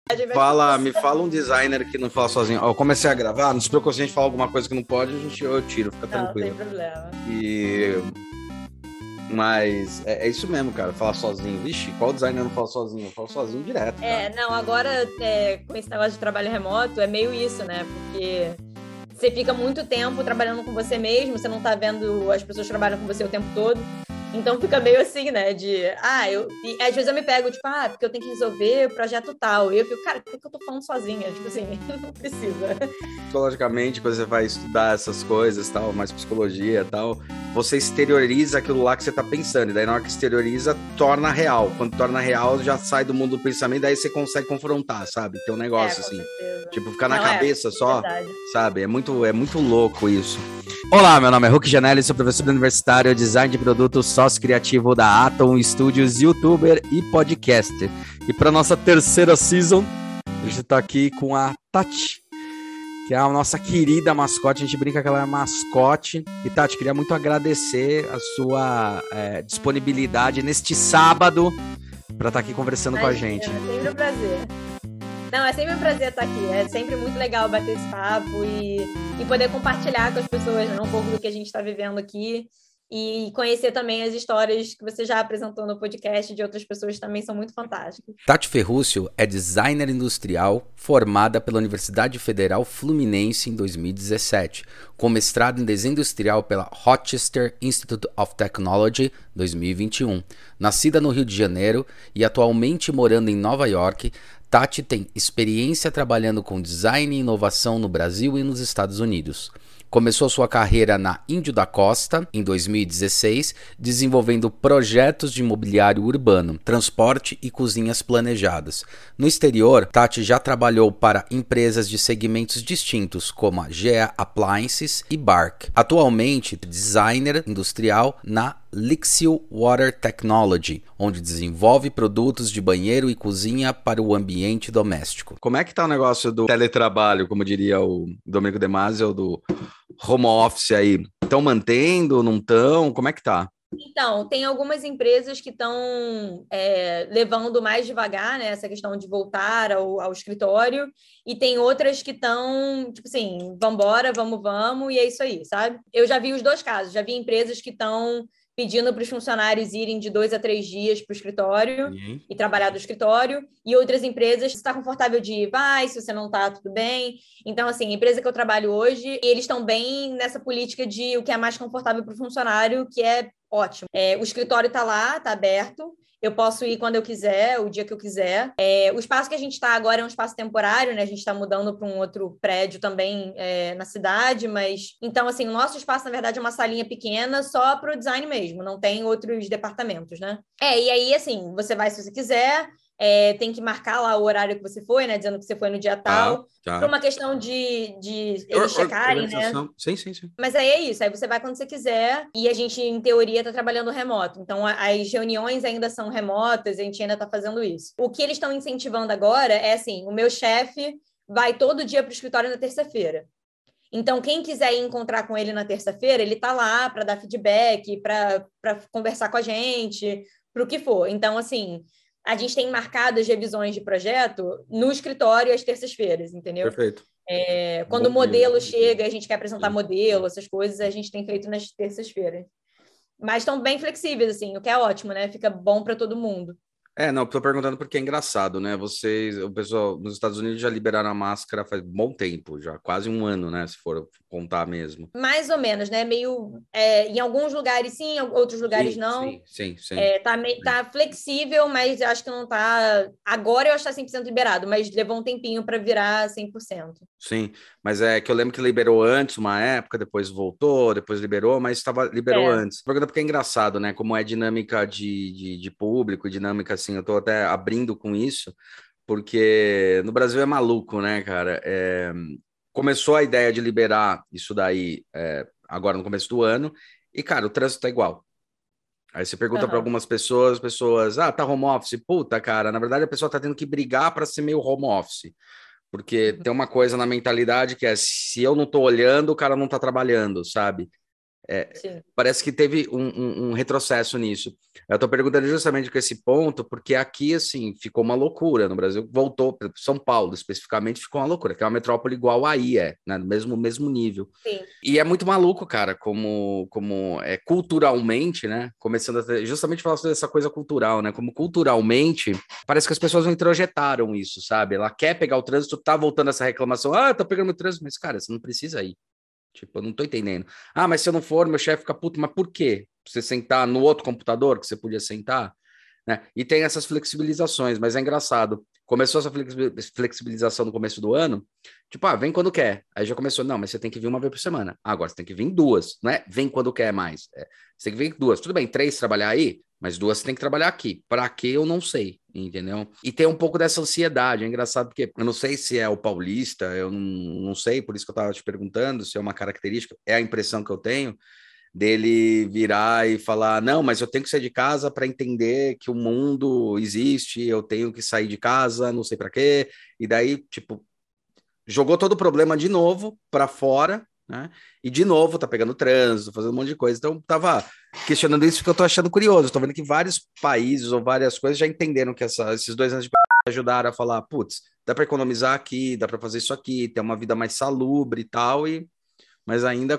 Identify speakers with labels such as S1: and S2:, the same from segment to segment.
S1: Me fala um designer que não fala sozinho. Eu comecei a gravar, não se preocupe, se a gente falar alguma coisa que não pode, eu tiro, fica tranquilo.
S2: Não, sem problema.
S1: Mas é isso mesmo, cara, falar sozinho. Vixe, qual designer não fala sozinho? Eu falo sozinho direto. Cara.
S2: Não, agora com esse negócio de trabalho remoto, é meio isso, né? Porque você fica muito tempo trabalhando com você mesmo, você não tá vendo as pessoas que trabalham com você o tempo todo. Então fica meio assim, né? E às vezes eu me pego, tipo, porque eu tenho que resolver o projeto tal. E eu fico, cara, por que eu tô falando sozinha? Tipo assim, não precisa.
S1: Psicologicamente, quando você vai estudar essas coisas, tal, mais psicologia e tal, você exterioriza aquilo lá que você tá pensando. E daí na hora que exterioriza, torna real. Quando torna real, já sai do mundo do pensamento, daí você consegue confrontar, sabe? Tem um negócio assim.
S2: Certeza.
S1: Tipo, ficar na cabeça só,
S2: verdade.
S1: Sabe? É muito louco isso. Olá, meu nome é Hulk Janelli, sou professor universitário, design de produtos, sócio criativo da Atom Studios, youtuber e podcaster. E para nossa terceira season, a gente tá aqui com a Tati, que é a nossa querida mascote. A gente brinca que ela é mascote. E Tati, queria muito agradecer a sua disponibilidade neste sábado para estar aqui conversando com a gente.
S2: É sempre um prazer. Não, é sempre um prazer estar aqui. É sempre muito legal bater esse papo e poder compartilhar com as pessoas, né, um pouco do que a gente está vivendo aqui e conhecer também as histórias que você já apresentou no podcast de outras pessoas que também são muito fantásticas.
S3: Tati Ferrúcio é designer industrial formada pela Universidade Federal Fluminense em 2017, com mestrado em desenho industrial pela Rochester Institute of Technology 2021. Nascida no Rio de Janeiro e atualmente morando em Nova York, Tati tem experiência trabalhando com design e inovação no Brasil e nos Estados Unidos. Começou sua carreira na Índio da Costa, em 2016, desenvolvendo projetos de imobiliário urbano, transporte e cozinhas planejadas. No exterior, Tati já trabalhou para empresas de segmentos distintos, como a GE Appliances e Bark. Atualmente, designer industrial na Lixil Water Technology, onde desenvolve produtos de banheiro e cozinha para o ambiente doméstico.
S1: Como é que tá o negócio do teletrabalho, como diria o Domenico De Masi, ou do home office aí? Estão mantendo, não estão? Como é que tá?
S2: Então, tem algumas empresas que estão levando mais devagar, né, essa questão de voltar ao escritório, e tem outras que estão, tipo assim, vambora, vamos, e é isso aí, sabe? Eu já vi os dois casos, já vi empresas que estão pedindo para os funcionários irem de 2 a 3 dias para o escritório e trabalhar do escritório, e outras empresas, se está confortável de ir, vai, se você não está, tudo bem. Então, assim, a empresa que eu trabalho hoje, eles estão bem nessa política de o que é mais confortável para o funcionário, que é ótimo. O escritório está lá, está aberto, eu posso ir quando eu quiser, o dia que eu quiser. O espaço que a gente está agora é um espaço temporário, né? A gente está mudando para um outro prédio também na cidade, mas... Então, assim, o nosso espaço, na verdade, é uma salinha pequena só para o design mesmo, não tem outros departamentos, né? E aí, assim, você vai se você quiser... tem que marcar lá o horário que você foi, né? Dizendo que você foi no dia tal. Por uma questão de eles checarem, né?
S1: Sim.
S2: Mas aí é isso. Aí você vai quando você quiser. E a gente, em teoria, está trabalhando remoto. Então, as reuniões ainda são remotas. A gente ainda está fazendo isso. O que eles estão incentivando agora é assim, o meu chefe vai todo dia para o escritório na terça-feira. Então, quem quiser ir encontrar com ele na terça-feira, ele está lá para dar feedback, para conversar com a gente, para o que for. Então, assim... A gente tem marcado as revisões de projeto no escritório às terças-feiras, entendeu?
S1: Perfeito.
S2: Quando o modelo chega, a gente quer apresentar modelo, essas coisas, a gente tem feito nas terças-feiras. Mas estão bem flexíveis, assim, o que é ótimo, né? Fica bom para todo mundo.
S1: Não, tô perguntando porque é engraçado, né? O pessoal nos Estados Unidos já liberaram a máscara faz bom tempo, já quase um ano, né? Se for contar mesmo.
S2: Mais ou menos, né? Meio, em alguns lugares sim, em outros lugares não.
S1: Sim.
S2: Tá flexível, mas acho que não tá... Agora eu acho que tá 100% liberado, mas levou um tempinho para virar 100%.
S1: Sim, mas é que eu lembro que liberou antes uma época, depois voltou, depois liberou, mas liberou antes. Pergunta porque é engraçado, né? Como é dinâmica de público, dinâmica assim, eu tô até abrindo com isso, porque no Brasil é maluco, né, cara? Começou a ideia de liberar isso daí agora no começo do ano, e, cara, o trânsito tá igual. Aí você pergunta para algumas pessoas, tá home office? Puta, cara, na verdade a pessoa tá tendo que brigar para ser meio home office. Porque tem uma coisa na mentalidade que é, se eu não tô olhando, o cara não tá trabalhando, sabe? Parece que teve um retrocesso nisso. Eu estou perguntando justamente com esse ponto, porque aqui, assim, ficou uma loucura no Brasil. Voltou, São Paulo, especificamente, ficou uma loucura, que é uma metrópole igual aí, né? No mesmo nível.
S2: Sim.
S1: E é muito maluco, cara, como é culturalmente, né? Começando a ter, justamente falar sobre essa coisa cultural, né? Como culturalmente, parece que as pessoas não introjetaram isso, sabe? Ela quer pegar o trânsito, tá voltando essa reclamação, tá pegando o trânsito, mas, cara, você não precisa ir. Tipo, eu não tô entendendo. Mas se eu não for, meu chefe fica puto, mas por quê? Pra você sentar no outro computador que você podia sentar, né? E tem essas flexibilizações, mas é engraçado. Começou essa flexibilização no começo do ano, tipo, vem quando quer. Aí já começou, não, mas você tem que vir uma vez por semana. Agora você tem que vir 2, não é? Vem quando quer mais. Você tem que vir 2. Tudo bem, 3 trabalhar aí, mas 2 você tem que trabalhar aqui. Para quê, eu não sei, entendeu? E tem um pouco dessa ansiedade. É engraçado porque eu não sei se é o paulista, eu não sei, por isso que eu estava te perguntando se é uma característica, é a impressão que eu tenho dele virar e falar, não, mas eu tenho que sair de casa para entender que o mundo existe, eu tenho que sair de casa, não sei para quê, e daí, tipo, jogou todo o problema de novo para fora, né? E de novo tá pegando trânsito, fazendo um monte de coisa. Então, tava questionando isso porque eu tô achando curioso. Tô vendo que vários países ou várias coisas já entenderam que esses 2 anos de ajudaram a falar, putz, dá para economizar aqui, dá para fazer isso aqui, ter uma vida mais salubre e tal, mas ainda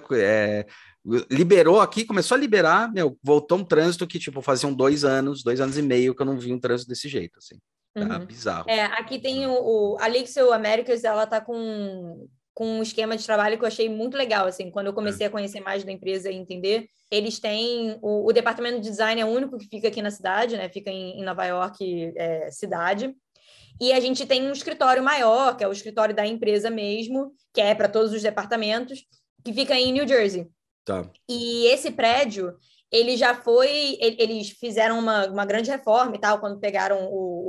S1: liberou aqui, começou a liberar, voltou um trânsito que, tipo, faziam 2 anos e meio que eu não vi um trânsito desse jeito, assim. Tá bizarro.
S2: Aqui tem a Lixel Americas, ela tá com um esquema de trabalho que eu achei muito legal, assim, quando eu comecei a conhecer mais da empresa e entender, eles têm, o departamento de design é o único que fica aqui na cidade, né, fica em Nova York, cidade, e a gente tem um escritório maior, que é o escritório da empresa mesmo, que é para todos os departamentos, que fica em New Jersey.
S1: Tá.
S2: E esse prédio, ele já foi... Eles fizeram uma grande reforma e tal, quando pegaram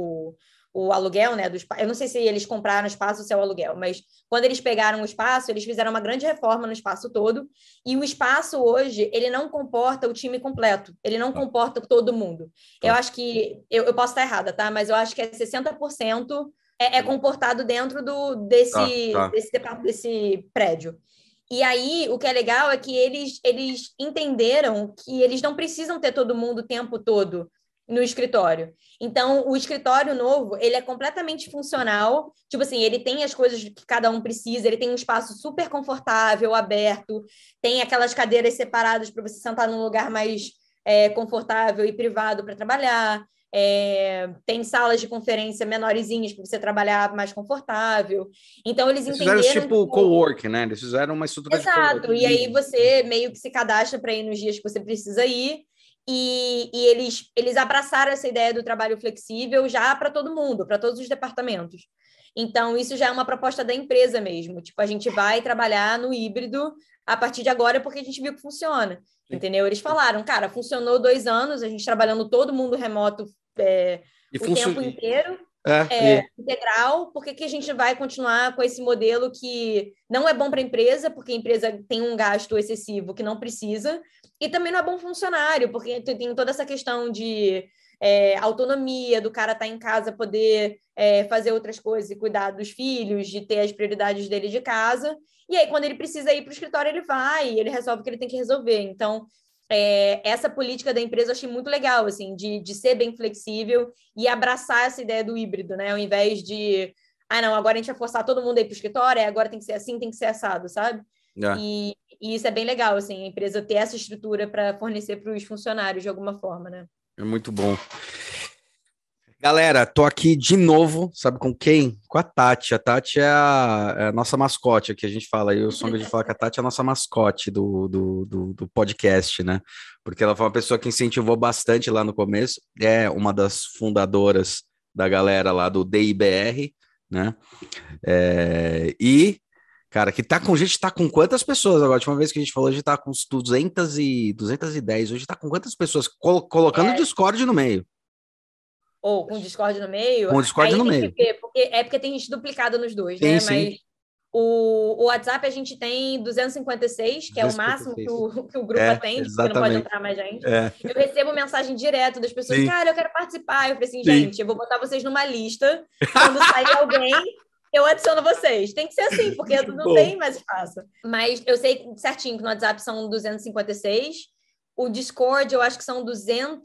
S2: o aluguel, né? Eu não sei se eles compraram o espaço ou se é o aluguel, mas quando eles pegaram o espaço, eles fizeram uma grande reforma no espaço todo, e o espaço hoje, ele não comporta o time completo, ele não comporta todo mundo. Eu acho que... Eu posso estar errada, tá? Mas eu acho que 60% é comportado dentro desse prédio. E aí, o que é legal é que eles entenderam que eles não precisam ter todo mundo o tempo todo no escritório. Então, o escritório novo, ele é completamente funcional. Tipo assim, ele tem as coisas que cada um precisa, ele tem um espaço super confortável, aberto, tem aquelas cadeiras separadas para você sentar num lugar mais confortável e privado para trabalhar. Tem salas de conferência menorzinhas para você trabalhar mais confortável. Então, eles entenderam...
S1: Eles fizeram tipo co-work, né? Eles fizeram uma estrutura de co-work.
S2: Exato, e aí você meio que se cadastra para ir nos dias que você precisa ir, e eles abraçaram essa ideia do trabalho flexível já para todo mundo, para todos os departamentos. Então, isso já é uma proposta da empresa mesmo. Tipo, a gente vai trabalhar no híbrido a partir de agora porque a gente viu que funciona, entendeu? Eles falaram, cara, funcionou 2 anos, a gente trabalhando todo mundo remoto o tempo inteiro, integral, por que a gente vai continuar com esse modelo que não é bom para a empresa, porque a empresa tem um gasto excessivo que não precisa, e também não é bom funcionário, porque tem toda essa questão de autonomia, do cara estar em casa, poder fazer outras coisas e cuidar dos filhos, de ter as prioridades dele de casa, e aí quando ele precisa ir para o escritório, ele vai, e ele resolve o que ele tem que resolver. Então, essa política da empresa eu achei muito legal, assim, de ser bem flexível e abraçar essa ideia do híbrido, né? Ao invés de, não, agora a gente vai forçar todo mundo a ir para o escritório, agora tem que ser assim, tem que ser assado, sabe? E isso é bem legal, assim, a empresa ter essa estrutura para fornecer para os funcionários de alguma forma, né?
S1: É muito bom. Galera, tô aqui de novo, sabe com quem? Com a Tati. A Tati é a nossa mascote aqui, a gente fala aí, o som que a gente fala que a Tati é a nossa mascote do podcast, né? Porque ela foi uma pessoa que incentivou bastante lá no começo, é uma das fundadoras da galera lá do DIBR, né? Cara, que tá com gente, tá com quantas pessoas agora? A última vez que a gente falou, a gente tá com uns 210, hoje tá com quantas pessoas? Colocando o Discord no meio.
S2: Ou com o Discord no meio.
S1: Com o Discord no meio.
S2: Porque tem gente duplicada nos dois, né?
S1: Sim.
S2: Mas o WhatsApp a gente tem 256, que 256. É o máximo que o grupo atende, porque não pode entrar mais gente. Eu recebo mensagem direto das pessoas, cara, eu quero participar. Eu falei assim, gente, eu vou botar vocês numa lista. Quando sair alguém, eu adiciono vocês. Tem que ser assim, porque não tem mais espaço. Mas eu sei certinho que no WhatsApp são 256. O Discord, eu acho que são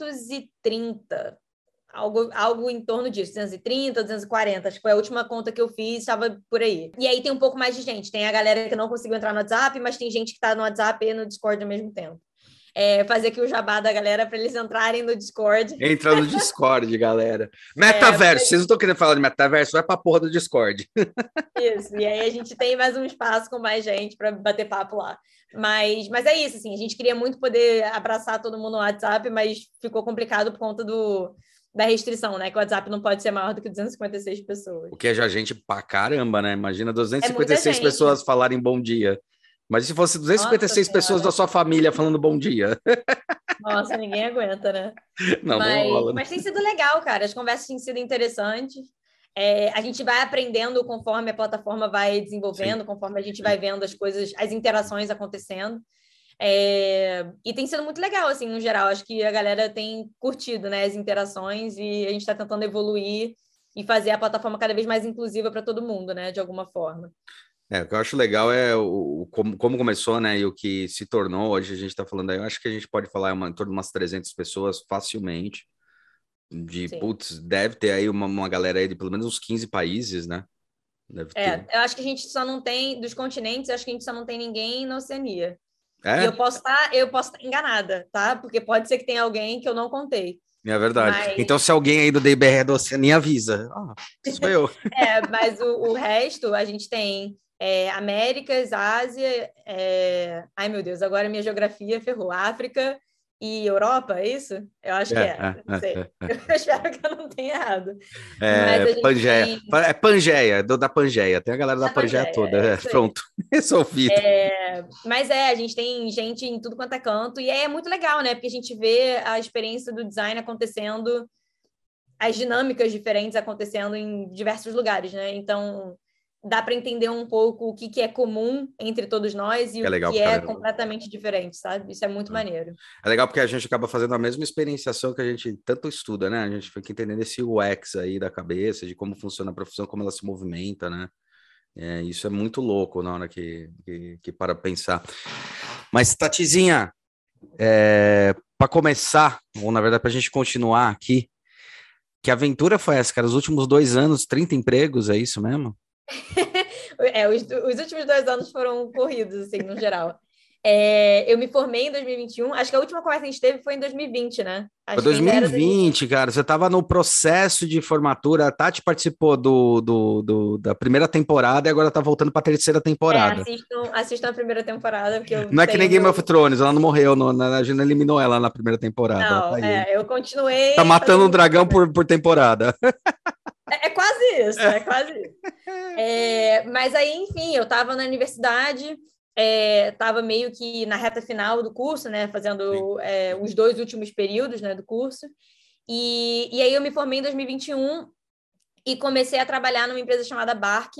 S2: 230. Algo em torno disso, 230, 240. Acho que foi a última conta que eu fiz, estava por aí. E aí tem um pouco mais de gente. Tem a galera que não conseguiu entrar no WhatsApp, mas tem gente que está no WhatsApp e no Discord ao mesmo tempo. Fazer aqui o jabá da galera para eles entrarem no Discord.
S1: Entra no Discord, galera. Metaverso, vocês não estão querendo falar de metaverso? Vai pra porra do Discord.
S2: Isso, e aí a gente tem mais um espaço com mais gente para bater papo lá. Mas é isso, assim, a gente queria muito poder abraçar todo mundo no WhatsApp, mas ficou complicado por conta da restrição, né? Que o WhatsApp não pode ser maior do que 256 pessoas.
S1: O que é já gente pra caramba, né? Imagina 256 pessoas falarem bom dia. Mas se fosse 256 pessoas da sua família falando bom dia.
S2: Nossa, ninguém aguenta, né?
S1: Não rola, né?
S2: Mas tem sido legal, cara. As conversas têm sido interessantes. A gente vai aprendendo conforme a plataforma vai desenvolvendo, conforme a gente vai vendo as coisas, as interações acontecendo. E tem sido muito legal, assim, no geral. Acho que a galera tem curtido, né, as interações e a gente está tentando evoluir e fazer a plataforma cada vez mais inclusiva para todo mundo, né, de alguma forma.
S1: O que eu acho legal é como começou, né, e o que se tornou. Hoje a gente está falando aí, eu acho que a gente pode falar em torno de umas 300 pessoas facilmente, putz, deve ter aí uma galera aí de pelo menos uns 15 países, né? Deve ter.
S2: Eu acho que a gente só não tem, dos continentes, acho que a gente só não tem ninguém na Oceania.
S1: E
S2: eu posso estar enganada, tá? Porque pode ser que tenha alguém que eu não contei.
S1: É verdade. Então, se alguém aí do DBR é da Oceania, avisa. Sou eu.
S2: Mas o resto, a gente tem Américas, Ásia, ai meu Deus, agora minha geografia ferrou. África e Europa, é isso? Eu acho que não sei. Eu espero que eu não tenha errado.
S1: Pangeia. É Pangeia, da Pangeia. Tem a galera da Pangeia toda. Pronto, resolvido.
S2: Mas a gente tem gente em tudo quanto é canto, e é muito legal, né? Porque a gente vê a experiência do design acontecendo, as dinâmicas diferentes acontecendo em diversos lugares, né? Então, dá para entender um pouco o que é comum entre todos nós e o que é completamente diferente, sabe? Isso é muito maneiro.
S1: É legal porque a gente acaba fazendo a mesma experienciação que a gente tanto estuda, né? A gente fica entendendo esse UX aí da cabeça, de como funciona a profissão, como ela se movimenta, né? Isso é muito louco na hora que para pensar. Mas, Tatizinha, para começar, ou na verdade para a gente continuar aqui, que aventura foi essa, cara? Os últimos 2 anos, 30 empregos, é isso mesmo?
S2: Os últimos 2 anos foram corridos, assim, no geral. Eu me formei em 2021, acho que a última conversa que a gente teve foi em 2020, né?
S1: Foi 2020, cara, você estava no processo de formatura, a Tati participou da primeira temporada e agora tá voltando para a terceira temporada.
S2: Assistam a primeira temporada, porque
S1: não é que nem Game of Thrones, ela não morreu, a gente não eliminou ela na primeira temporada.
S2: Não, eu continuei...
S1: Tá matando um dragão por temporada.
S2: É quase isso, quase isso. Mas aí, enfim, eu estava na universidade, estava meio que na reta final do curso, né, fazendo os 2 últimos períodos, né, do curso, e aí eu me formei em 2021 e comecei a trabalhar numa empresa chamada Bark.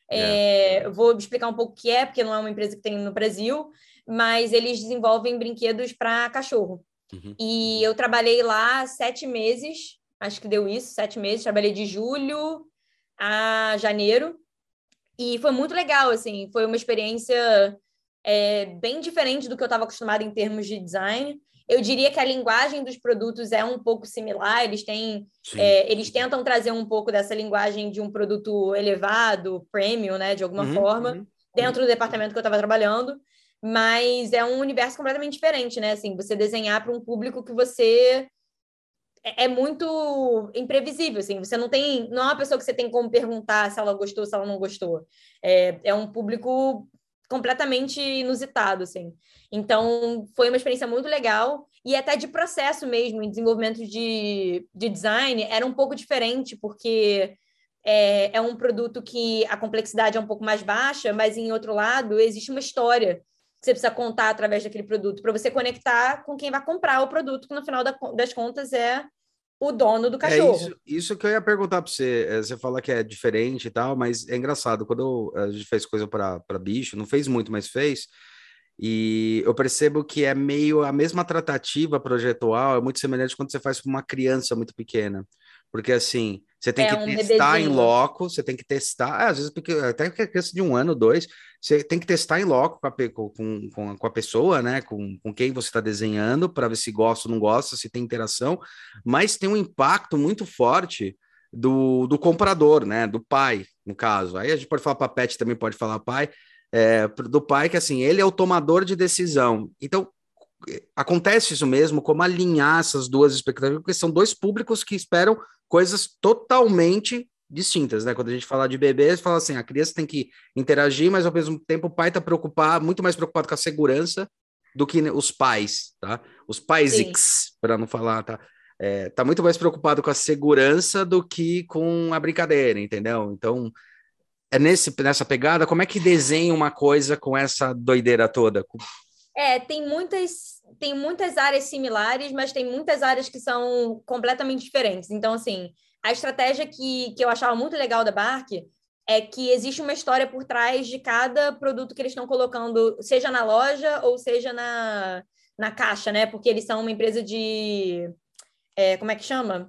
S2: Vou explicar um pouco o que é, porque não é uma empresa que tem no Brasil, mas eles desenvolvem brinquedos para cachorro. E eu trabalhei lá 7 meses, acho que deu isso, 7 meses, trabalhei de julho a janeiro, e foi muito legal, assim, foi uma experiência bem diferente do que eu estava acostumada em termos de design. Eu diria que a linguagem dos produtos é um pouco similar, eles tentam trazer um pouco dessa linguagem de um produto elevado, premium, né, de alguma forma, dentro do departamento que eu estava trabalhando, mas é um universo completamente diferente, né, assim, você desenhar para um público que você... É muito imprevisível, assim, você não é uma pessoa que você tem como perguntar se ela gostou, se ela não gostou. É um público completamente inusitado, assim. Então, foi uma experiência muito legal, e até de processo mesmo, em desenvolvimento de design, era um pouco diferente, porque é um produto que a complexidade é um pouco mais baixa, mas, em outro lado, existe uma história que você precisa contar através daquele produto, para você conectar com quem vai comprar o produto, que no final das contas é o dono do cachorro.
S1: Isso que eu ia perguntar para você. Você fala que é diferente e tal, mas é engraçado. Quando a gente fez coisa para bicho, não fez muito, mas fez, e eu percebo que é meio a mesma tratativa projetual, é muito semelhante quando você faz para uma criança muito pequena. porque assim, você tem que
S2: um
S1: testar em
S2: bebezinho.
S1: loco, você tem que testar, às vezes, porque até que a criança de 1 ano, 2, você tem que testar em loco com a pessoa, né? Com quem você está desenhando, para ver se gosta ou não gosta, se tem interação, mas tem um impacto muito forte do comprador, né? Do pai, no caso. Aí a gente pode falar para pet, também pode falar pai, do pai, que assim, ele é o tomador de decisão. Então, acontece isso mesmo, como alinhar essas duas expectativas, porque são dois públicos que esperam coisas totalmente distintas, né? Quando a gente fala de bebês, fala assim, a criança tem que interagir, mas ao mesmo tempo o pai está preocupado, muito mais preocupado com a segurança do que os pais, tá? Os pais para não falar, tá? Tá muito mais preocupado com a segurança do que com a brincadeira, entendeu? Então, nessa pegada, como é que desenha uma coisa com essa doideira toda?
S2: Tem muitas áreas similares, mas tem muitas áreas que são completamente diferentes. Então, assim, a estratégia que eu achava muito legal da Bark é que existe uma história por trás de cada produto que eles estão colocando, seja na loja ou seja na caixa, né? Porque eles são uma empresa de... como é que chama?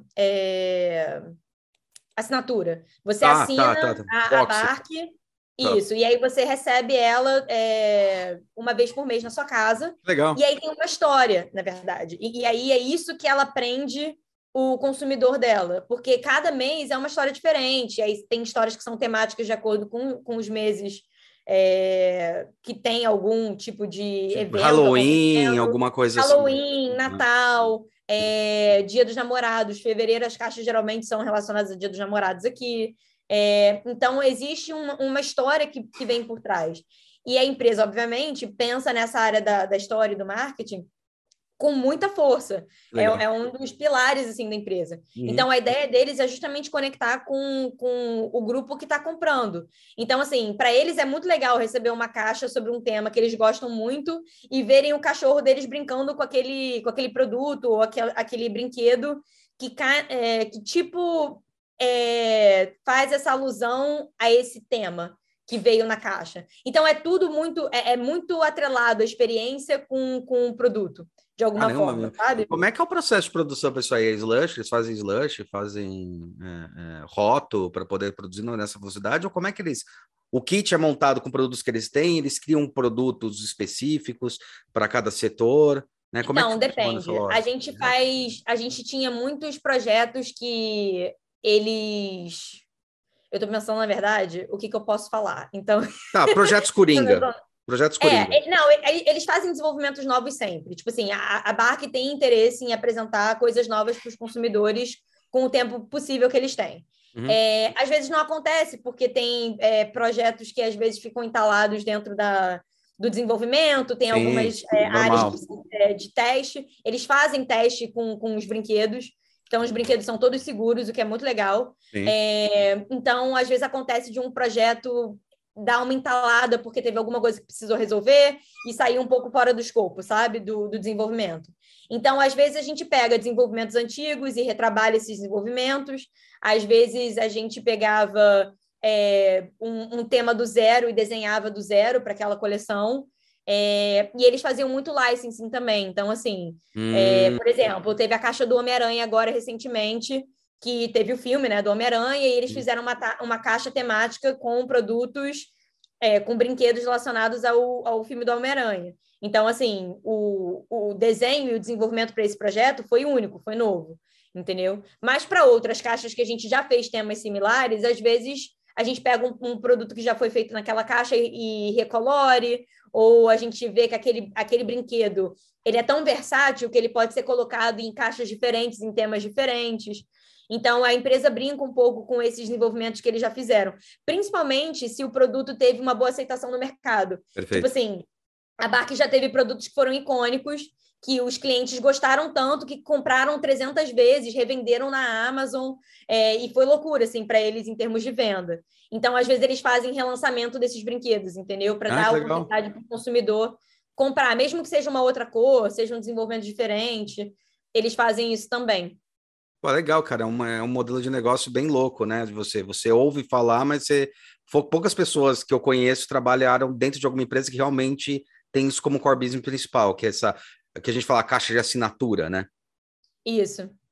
S2: Assinatura. Você assina a Bark... Isso, e aí você recebe ela uma vez por mês na sua casa.
S1: Legal.
S2: E aí tem uma história, na verdade. E aí é isso que ela prende o consumidor dela, porque cada mês é uma história diferente. E aí tem histórias que são temáticas de acordo com os meses que tem algum tipo de evento.
S1: Halloween, alguma coisa
S2: Halloween,
S1: assim.
S2: Natal, Dia dos Namorados, fevereiro, as caixas geralmente são relacionadas ao Dia dos Namorados aqui. Então, existe uma história que vem por trás. E a empresa, obviamente, pensa nessa área da história e do marketing com muita força. É um dos pilares assim, da empresa. Uhum. Então, a ideia deles é justamente conectar com o grupo que está comprando. Então, assim, para eles é muito legal receber uma caixa sobre um tema que eles gostam muito e verem o cachorro deles brincando com aquele produto ou aquele brinquedo que tipo... faz essa alusão a esse tema que veio na caixa. Então, é tudo muito atrelado a experiência com o produto, de alguma forma, sabe?
S1: Como é que é o processo de produção para isso aí? Slush? Eles fazem slush, fazem roto para poder produzir nessa velocidade? Ou como é que o kit é montado com produtos que eles têm, eles criam produtos específicos para cada setor? Né? Como
S2: então, depende. A gente tinha muitos projetos que eles... Eu estou pensando, na verdade, o que eu posso falar. Então...
S1: Tá, projetos Coringa. Projetos Coringa.
S2: Eles fazem desenvolvimentos novos sempre. Tipo assim, a Bark tem interesse em apresentar coisas novas para os consumidores com o tempo possível que eles têm. Uhum. Às vezes não acontece, porque tem projetos que às vezes ficam entalados dentro do desenvolvimento, tem algumas áreas de teste. Eles fazem teste com os brinquedos. Então, os brinquedos são todos seguros, o que é muito legal. Então, às vezes acontece de um projeto dar uma entalada porque teve alguma coisa que precisou resolver e sair um pouco fora do escopo, sabe? Do desenvolvimento. Então, às vezes, a gente pega desenvolvimentos antigos e retrabalha esses desenvolvimentos. Às vezes, a gente pegava um tema do zero e desenhava do zero para aquela coleção. E eles faziam muito licensing também. Então, assim, por exemplo, teve a caixa do Homem-Aranha agora, recentemente, que teve o filme, né, do Homem-Aranha, e eles fizeram uma caixa temática com produtos, com brinquedos relacionados ao filme do Homem-Aranha. Então, assim, o desenho e o desenvolvimento para esse projeto foi único, foi novo, entendeu? Mas para outras caixas que a gente já fez temas similares, às vezes a gente pega um produto que já foi feito naquela caixa e recolore, ou a gente vê que aquele brinquedo ele é tão versátil que ele pode ser colocado em caixas diferentes, em temas diferentes. Então, a empresa brinca um pouco com esses desenvolvimentos que eles já fizeram, principalmente se o produto teve uma boa aceitação no mercado.
S1: Perfeito.
S2: Tipo assim, a Bark já teve produtos que foram icônicos, que os clientes gostaram tanto que compraram 300 vezes, revenderam na Amazon, e foi loucura, assim, para eles em termos de venda. Então, às vezes, eles fazem relançamento desses brinquedos, entendeu? Para dar a oportunidade para o consumidor comprar, mesmo que seja uma outra cor, seja um desenvolvimento diferente, eles fazem isso também.
S1: Pô, legal, cara, é um modelo de negócio bem louco, né? Você ouve falar, mas poucas pessoas que eu conheço trabalharam dentro de alguma empresa que realmente tem isso como core business principal, que é essa que a gente fala caixa de assinatura, né?
S2: Isso.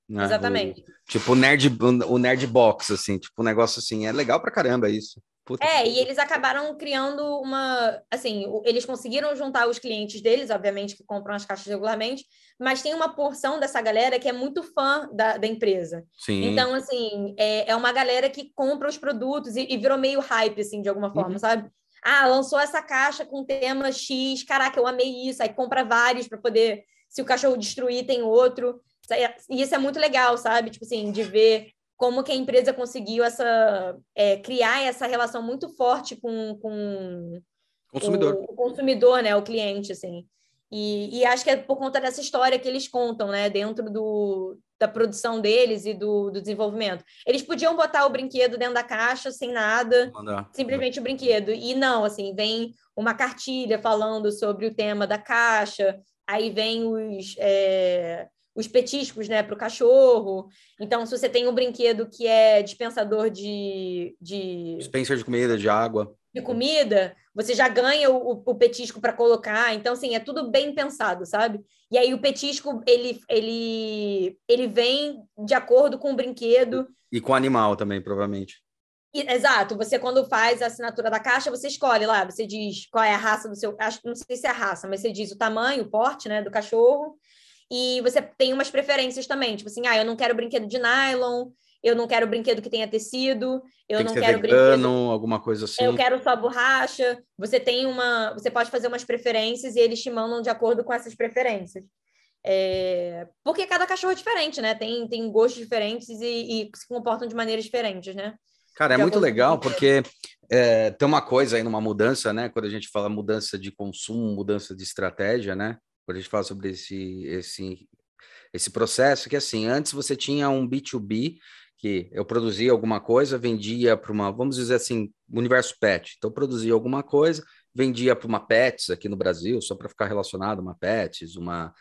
S1: né?
S2: Exatamente.
S1: Tipo o nerd box, assim, tipo um negócio assim. É legal pra caramba isso. Puta
S2: E eles acabaram criando uma, assim, eles conseguiram juntar os clientes deles, obviamente, que compram as caixas regularmente, mas tem uma porção dessa galera que é muito fã da empresa.
S1: Sim.
S2: Então, assim, é uma galera que compra os produtos e virou meio hype, assim, de alguma forma, sabe? Ah, lançou essa caixa com tema X, caraca, eu amei isso, aí compra vários para poder, se o cachorro destruir, tem outro. E isso é muito legal, sabe? Tipo assim, de ver como que a empresa conseguiu criar essa relação muito forte com o consumidor, né, o cliente, assim. E acho que é por conta dessa história que eles contam, né, dentro da produção deles e do desenvolvimento. Eles podiam botar o brinquedo dentro da caixa sem nada, simplesmente o brinquedo. E não, assim, vem uma cartilha falando sobre o tema da caixa, aí vem os petiscos, né, para o cachorro. Então, se você tem um brinquedo que é dispensador
S1: dispenser de comida, de água.
S2: De comida, você já ganha o petisco para colocar. Então, assim, é tudo bem pensado, sabe? E aí o petisco, ele vem de acordo com o brinquedo.
S1: E com o animal também, provavelmente.
S2: Exato. Você, quando faz a assinatura da caixa, você escolhe lá, você diz qual é a raça do seu... Não sei se é a raça, mas você diz o tamanho, o porte, né, do cachorro. E você tem umas preferências também, tipo assim, eu não quero brinquedo de nylon, eu não quero brinquedo que tenha tecido, eu não quero
S1: vegano, alguma coisa assim.
S2: Eu quero só borracha. Você pode fazer umas preferências e eles te mandam de acordo com essas preferências. Porque cada cachorro é diferente, né? Tem gostos diferentes e se comportam de maneiras diferentes, né?
S1: Cara, é muito legal porque tem uma coisa aí numa mudança, né? Quando a gente fala mudança de consumo, mudança de estratégia, né? Quando a gente fala sobre esse processo, que assim, antes você tinha um B2B, que eu produzia alguma coisa, vendia para vamos dizer assim, universo pet. Então, eu produzia alguma coisa, vendia para uma Pets aqui no Brasil, só para ficar relacionado, uma Pets, uma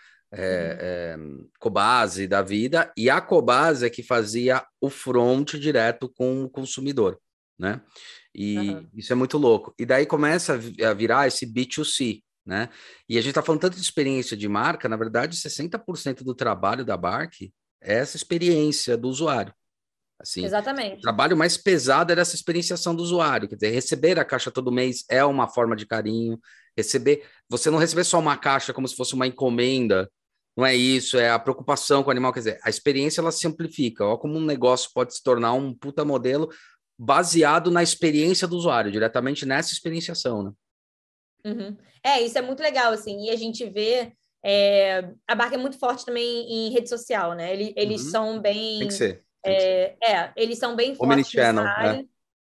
S1: Cobase da vida, e a Cobase é que fazia o front direto com o consumidor, né? E isso é muito louco. E daí começa a virar esse B2C, né? E a gente está falando tanto de experiência de marca, na verdade, 60% do trabalho da Bark é essa experiência do usuário. Assim,
S2: exatamente.
S1: O trabalho mais pesado era essa experienciação do usuário, quer dizer, receber a caixa todo mês é uma forma de carinho, você não receber só uma caixa como se fosse uma encomenda, não é isso, é a preocupação com o animal, quer dizer, a experiência ela se amplifica, olha como um negócio pode se tornar um puta modelo baseado na experiência do usuário, diretamente nessa experienciação, né?
S2: Isso é muito legal, assim, e a gente vê a Bark é muito forte também em rede social, né? Eles são bem...
S1: Tem que ser.
S2: Eles são bem fortes nessa área.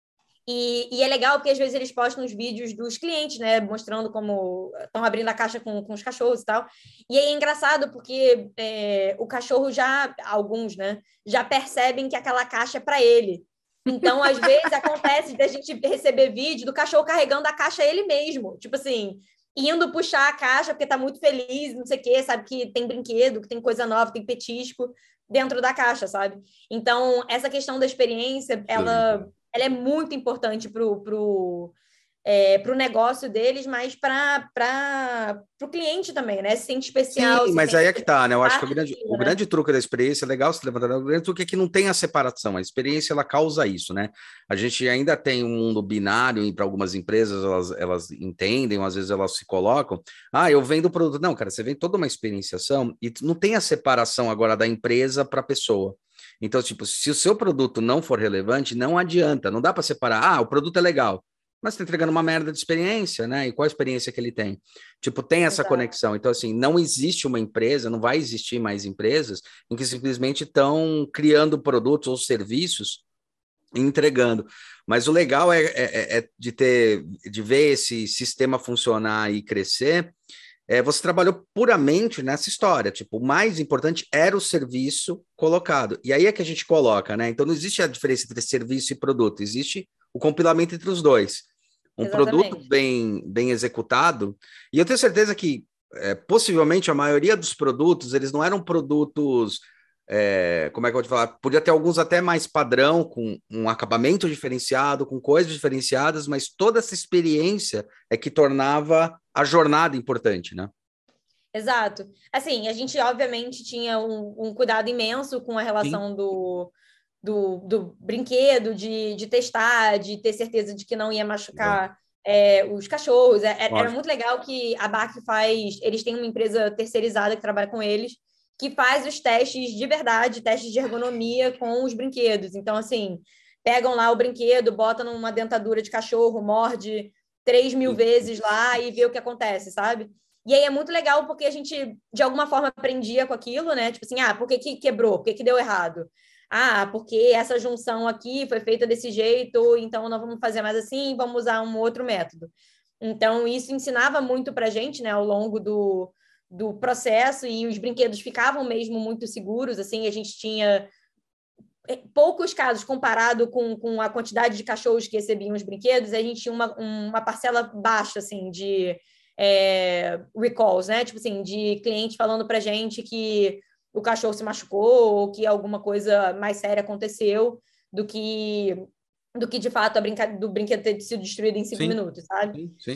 S2: E é legal porque às vezes eles postam os vídeos dos clientes, né? Mostrando como estão abrindo a caixa com os cachorros e tal. E aí é engraçado porque o cachorro alguns, né? Já percebem que aquela caixa é para ele. Então, às vezes, acontece da gente receber vídeo do cachorro carregando a caixa ele mesmo. Tipo assim, indo puxar a caixa porque tá muito feliz, não sei o quê, sabe? Que tem brinquedo, que tem coisa nova, tem petisco dentro da caixa, sabe? Então, essa questão da experiência, ela é muito importante pro negócio deles, mas para o cliente também, né? Se sente especial.
S1: Sim, mas aí é que tá, né? Eu acho que o grande truque da experiência, é legal se levantar, o grande truque é que não tem a separação, a experiência ela causa isso, né? A gente ainda tem um mundo binário e para algumas empresas elas entendem, ou às vezes elas se colocam, eu vendo o produto. Não, cara, você vende toda uma experienciação e não tem a separação agora da empresa para a pessoa. Então, tipo, se o seu produto não for relevante, não adianta, não dá para separar, o produto é legal, mas está entregando uma merda de experiência, né? E qual a experiência que ele tem? Tipo, tem essa conexão. Então, assim, não existe uma empresa, não vai existir mais empresas em que simplesmente estão criando produtos ou serviços e entregando. Mas o legal é de ver esse sistema funcionar e crescer. Você trabalhou puramente nessa história, tipo, o mais importante era o serviço colocado. E aí é que a gente coloca, né? Então, não existe a diferença entre serviço e produto, existe o compilamento entre os dois. Produto bem executado, e eu tenho certeza que possivelmente a maioria dos produtos, eles não eram produtos, como é que eu vou te falar? Podia ter alguns até mais padrão, com um acabamento diferenciado, com coisas diferenciadas, mas toda essa experiência é que tornava a jornada importante, né?
S2: Exato. Assim, a gente obviamente tinha um cuidado imenso com a relação do brinquedo, de testar, de ter certeza de que não ia machucar os cachorros. Era muito legal que a Bark faz... Eles têm uma empresa terceirizada que trabalha com eles, que faz os testes de verdade, testes de ergonomia com os brinquedos. Então, assim, pegam lá o brinquedo, botam numa dentadura de cachorro, morde 3.000 vezes lá e vê o que acontece, sabe? E aí é muito legal porque a gente, de alguma forma, aprendia com aquilo, né? Tipo assim, por que quebrou? Por que deu errado? Porque essa junção aqui foi feita desse jeito, então não vamos fazer mais assim, vamos usar um outro método. Então, isso ensinava muito para a gente, né, ao longo do processo, e os brinquedos ficavam mesmo muito seguros, assim, a gente tinha poucos casos comparado com a quantidade de cachorros que recebiam os brinquedos, a gente tinha uma parcela baixa, assim, de recalls, né? Tipo assim, de cliente falando pra gente que o cachorro se machucou ou que alguma coisa mais séria aconteceu do que de fato do brinquedo ter sido destruído em 5 minutos, sabe?
S1: Sim.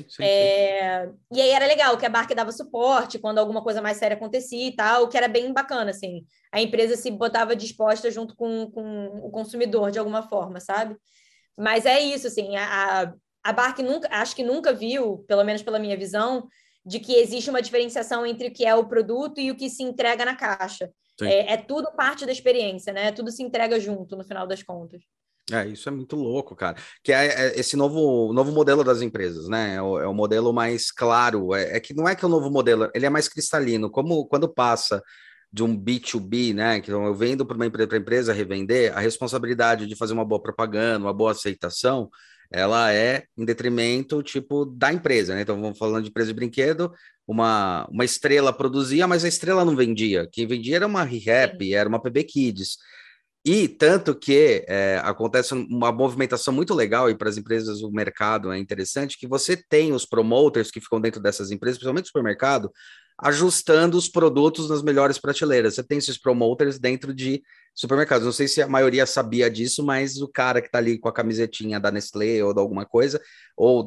S2: E aí era legal que a Bark dava suporte quando alguma coisa mais séria acontecia e tal, que era bem bacana, assim. A empresa se botava disposta junto com o consumidor, de alguma forma, sabe? Mas é isso, assim, a Bark acho que nunca viu, pelo menos pela minha visão, de que existe uma diferenciação entre o que é o produto e o que se entrega na caixa. É tudo parte da experiência, né? Tudo se entrega junto, no final das contas.
S1: Isso é muito louco, cara. Que é esse novo modelo das empresas, né? É o modelo mais claro. Que não é que é o novo modelo, ele é mais cristalino. Como quando passa de um B2B, né? Que eu vendo para uma empresa, para empresa revender, a responsabilidade de fazer uma boa propaganda, uma boa aceitação, ela é em detrimento, tipo, da empresa, né? Então, vamos falando de empresa de brinquedo, uma estrela produzia, mas a estrela não vendia. Quem vendia era uma ReHap, era uma PB Kids. E tanto que acontece uma movimentação muito legal, e para as empresas o mercado é interessante, que você tem os promoters que ficam dentro dessas empresas, principalmente o supermercado, ajustando os produtos nas melhores prateleiras. Você tem esses promoters dentro de supermercados. Não sei se a maioria sabia disso, mas o cara que está ali com a camisetinha da Nestlé ou de alguma coisa, ou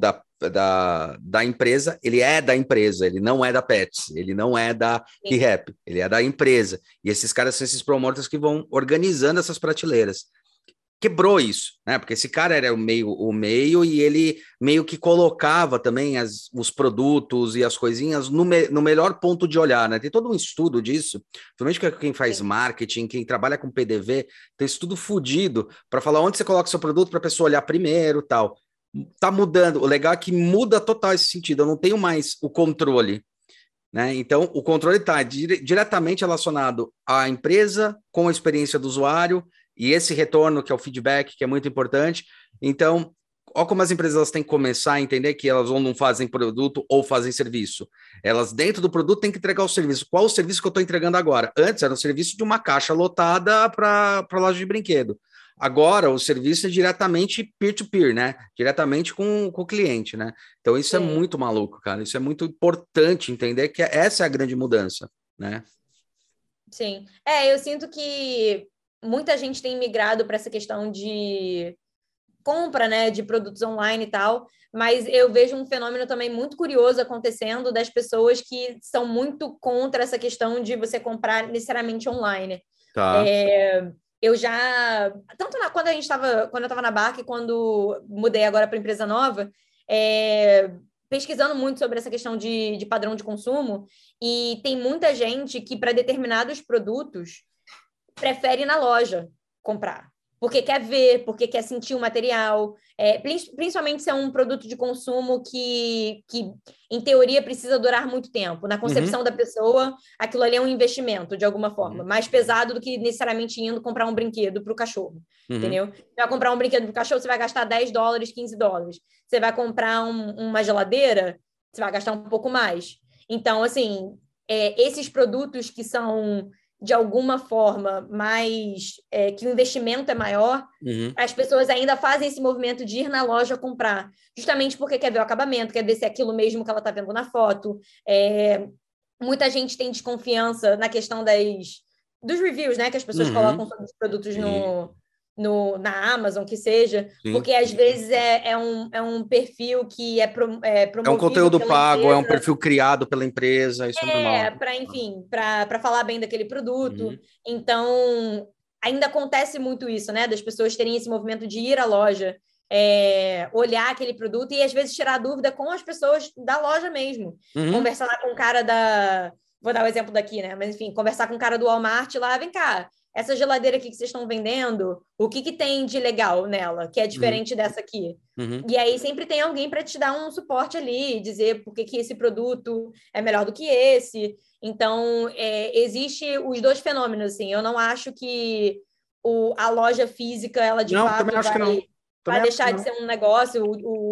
S1: da empresa, ele é da empresa, ele não é da Pets, ele não é da ReHap, ele é da empresa. E esses caras são esses promoters que vão organizando essas prateleiras. Quebrou isso, né? Porque esse cara era o meio e ele meio que colocava também os produtos e as coisinhas no melhor ponto de olhar, né? Tem todo um estudo disso, principalmente quem faz marketing, quem trabalha com PDV, tem estudo fodido para falar onde você coloca seu produto para a pessoa olhar primeiro, tal. Tá mudando. O legal é que muda total esse sentido. Eu não tenho mais o controle, né? Então, o controle está diretamente relacionado à empresa com a experiência do usuário e esse retorno, que é o feedback, que é muito importante. Então, olha como as empresas elas têm que começar a entender que elas ou não fazem produto ou fazem serviço. Elas, dentro do produto, têm que entregar o serviço. Qual o serviço que eu estou entregando agora? Antes era o serviço de uma caixa lotada para loja de brinquedo. Agora, o serviço é diretamente peer-to-peer, né? Diretamente com o cliente, né? Então, isso é muito maluco, cara. Isso é muito importante entender que essa é a grande mudança, né?
S2: Sim. Eu sinto que muita gente tem migrado para essa questão de compra, né, de produtos online e tal, mas eu vejo um fenômeno também muito curioso acontecendo das pessoas que são muito contra essa questão de você comprar necessariamente online.
S1: Tá.
S2: Eu já, tanto quando eu estava na Bark, quando mudei agora para empresa nova, pesquisando muito sobre essa questão de padrão de consumo, e tem muita gente que, para determinados produtos, prefere ir na loja comprar, porque quer ver, porque quer sentir o material, principalmente se é um produto de consumo que, em teoria, precisa durar muito tempo. Na concepção da pessoa, aquilo ali é um investimento, de alguma forma, mais pesado do que necessariamente indo comprar um brinquedo para o cachorro, entendeu? Você vai comprar um brinquedo para o cachorro, você vai gastar $10, $15. Você vai comprar uma geladeira, você vai gastar um pouco mais. Então, assim, esses produtos que são de alguma forma mais que o investimento é maior, as pessoas ainda fazem esse movimento de ir na loja comprar, justamente porque quer ver o acabamento, quer ver se é aquilo mesmo que ela está vendo na foto. Muita gente tem desconfiança na questão dos reviews, né, que as pessoas colocam sobre os produtos na Amazon, que seja,
S1: Sim.
S2: porque às vezes é um perfil que é promovido.
S1: É um conteúdo pago,
S2: empresa.
S1: é um perfil criado pela empresa, isso é normal.
S2: Enfim, para falar bem daquele produto.
S1: Uhum.
S2: Então, ainda acontece muito isso, né? Das pessoas terem esse movimento de ir à loja, olhar aquele produto e às vezes tirar dúvida com as pessoas da loja mesmo.
S1: Uhum.
S2: Conversar lá com o cara da... Vou dar o exemplo daqui, né? Mas enfim, conversar com o cara do Walmart lá, vem cá, essa geladeira aqui que vocês estão vendendo, o que tem de legal nela, que é diferente dessa aqui?
S1: Uhum.
S2: E aí sempre tem alguém para te dar um suporte ali, dizer por que esse produto é melhor do que esse. Então, existe os dois fenômenos, assim. Eu não acho que a loja física, ela de
S1: Não,
S2: fato
S1: também acho que não.
S2: vai deixar de ser um negócio,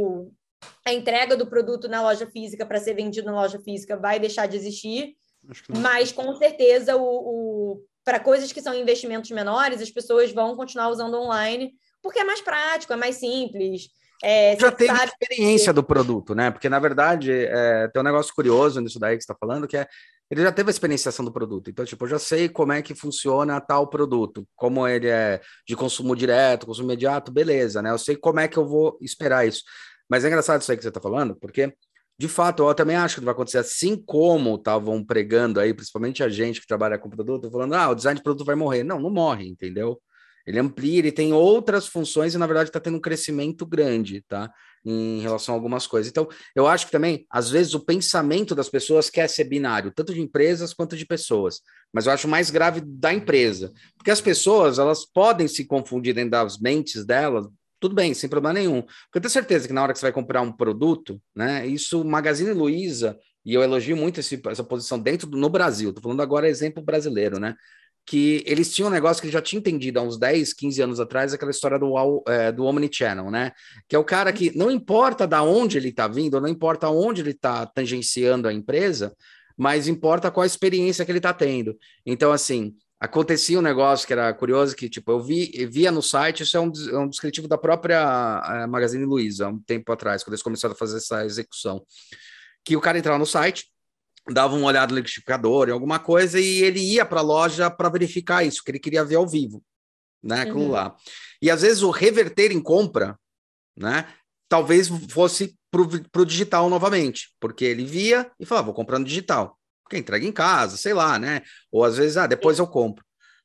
S2: a entrega do produto na loja física para ser vendido na loja física vai deixar de existir, mas com certeza para coisas que são investimentos menores, as pessoas vão continuar usando online, porque é mais prático, é mais simples.
S1: Já teve experiência do produto, né? Porque, na verdade, tem um negócio curioso nisso daí que você está falando, que ele já teve a experienciação do produto. Então, tipo, eu já sei como é que funciona tal produto, como ele é de consumo direto, consumo imediato, beleza, né? Eu sei como é que eu vou esperar isso. Mas é engraçado isso aí que você está falando, porque, de fato, eu também acho que vai acontecer assim como estavam pregando aí, principalmente a gente que trabalha com produto, falando, o design de produto vai morrer. Não, não morre, entendeu? Ele amplia, ele tem outras funções e, na verdade, está tendo um crescimento grande, tá? Em relação a algumas coisas. Então, eu acho que também, às vezes, o pensamento das pessoas quer ser binário, tanto de empresas quanto de pessoas. Mas eu acho mais grave da empresa. Porque as pessoas, elas podem se confundir dentro das mentes delas, tudo bem, sem problema nenhum. Porque eu tenho certeza que na hora que você vai comprar um produto, né? Isso, Magazine Luiza, e eu elogio muito essa posição no Brasil, tô falando agora exemplo brasileiro, né? Que eles tinham um negócio que ele já tinha entendido há uns 10, 15 anos atrás, aquela história do Omnichannel, né? Que é o cara que não importa da onde ele está vindo, não importa onde ele está tangenciando a empresa, mas importa qual a experiência que ele está tendo. Então, assim, acontecia um negócio que era curioso, que tipo, eu via no site, isso é um descritivo da própria Magazine Luiza, há um tempo atrás, quando eles começaram a fazer essa execução, que o cara entrava no site, dava uma olhada no liquidificador, em alguma coisa, e ele ia para a loja para verificar isso, que ele queria ver ao vivo, né, aquilo lá. E às vezes o reverter em compra, né, talvez fosse para o digital novamente, porque ele via e falava, vou comprar no digital, porque entrega em casa, sei lá, né, ou às vezes, depois eu compro.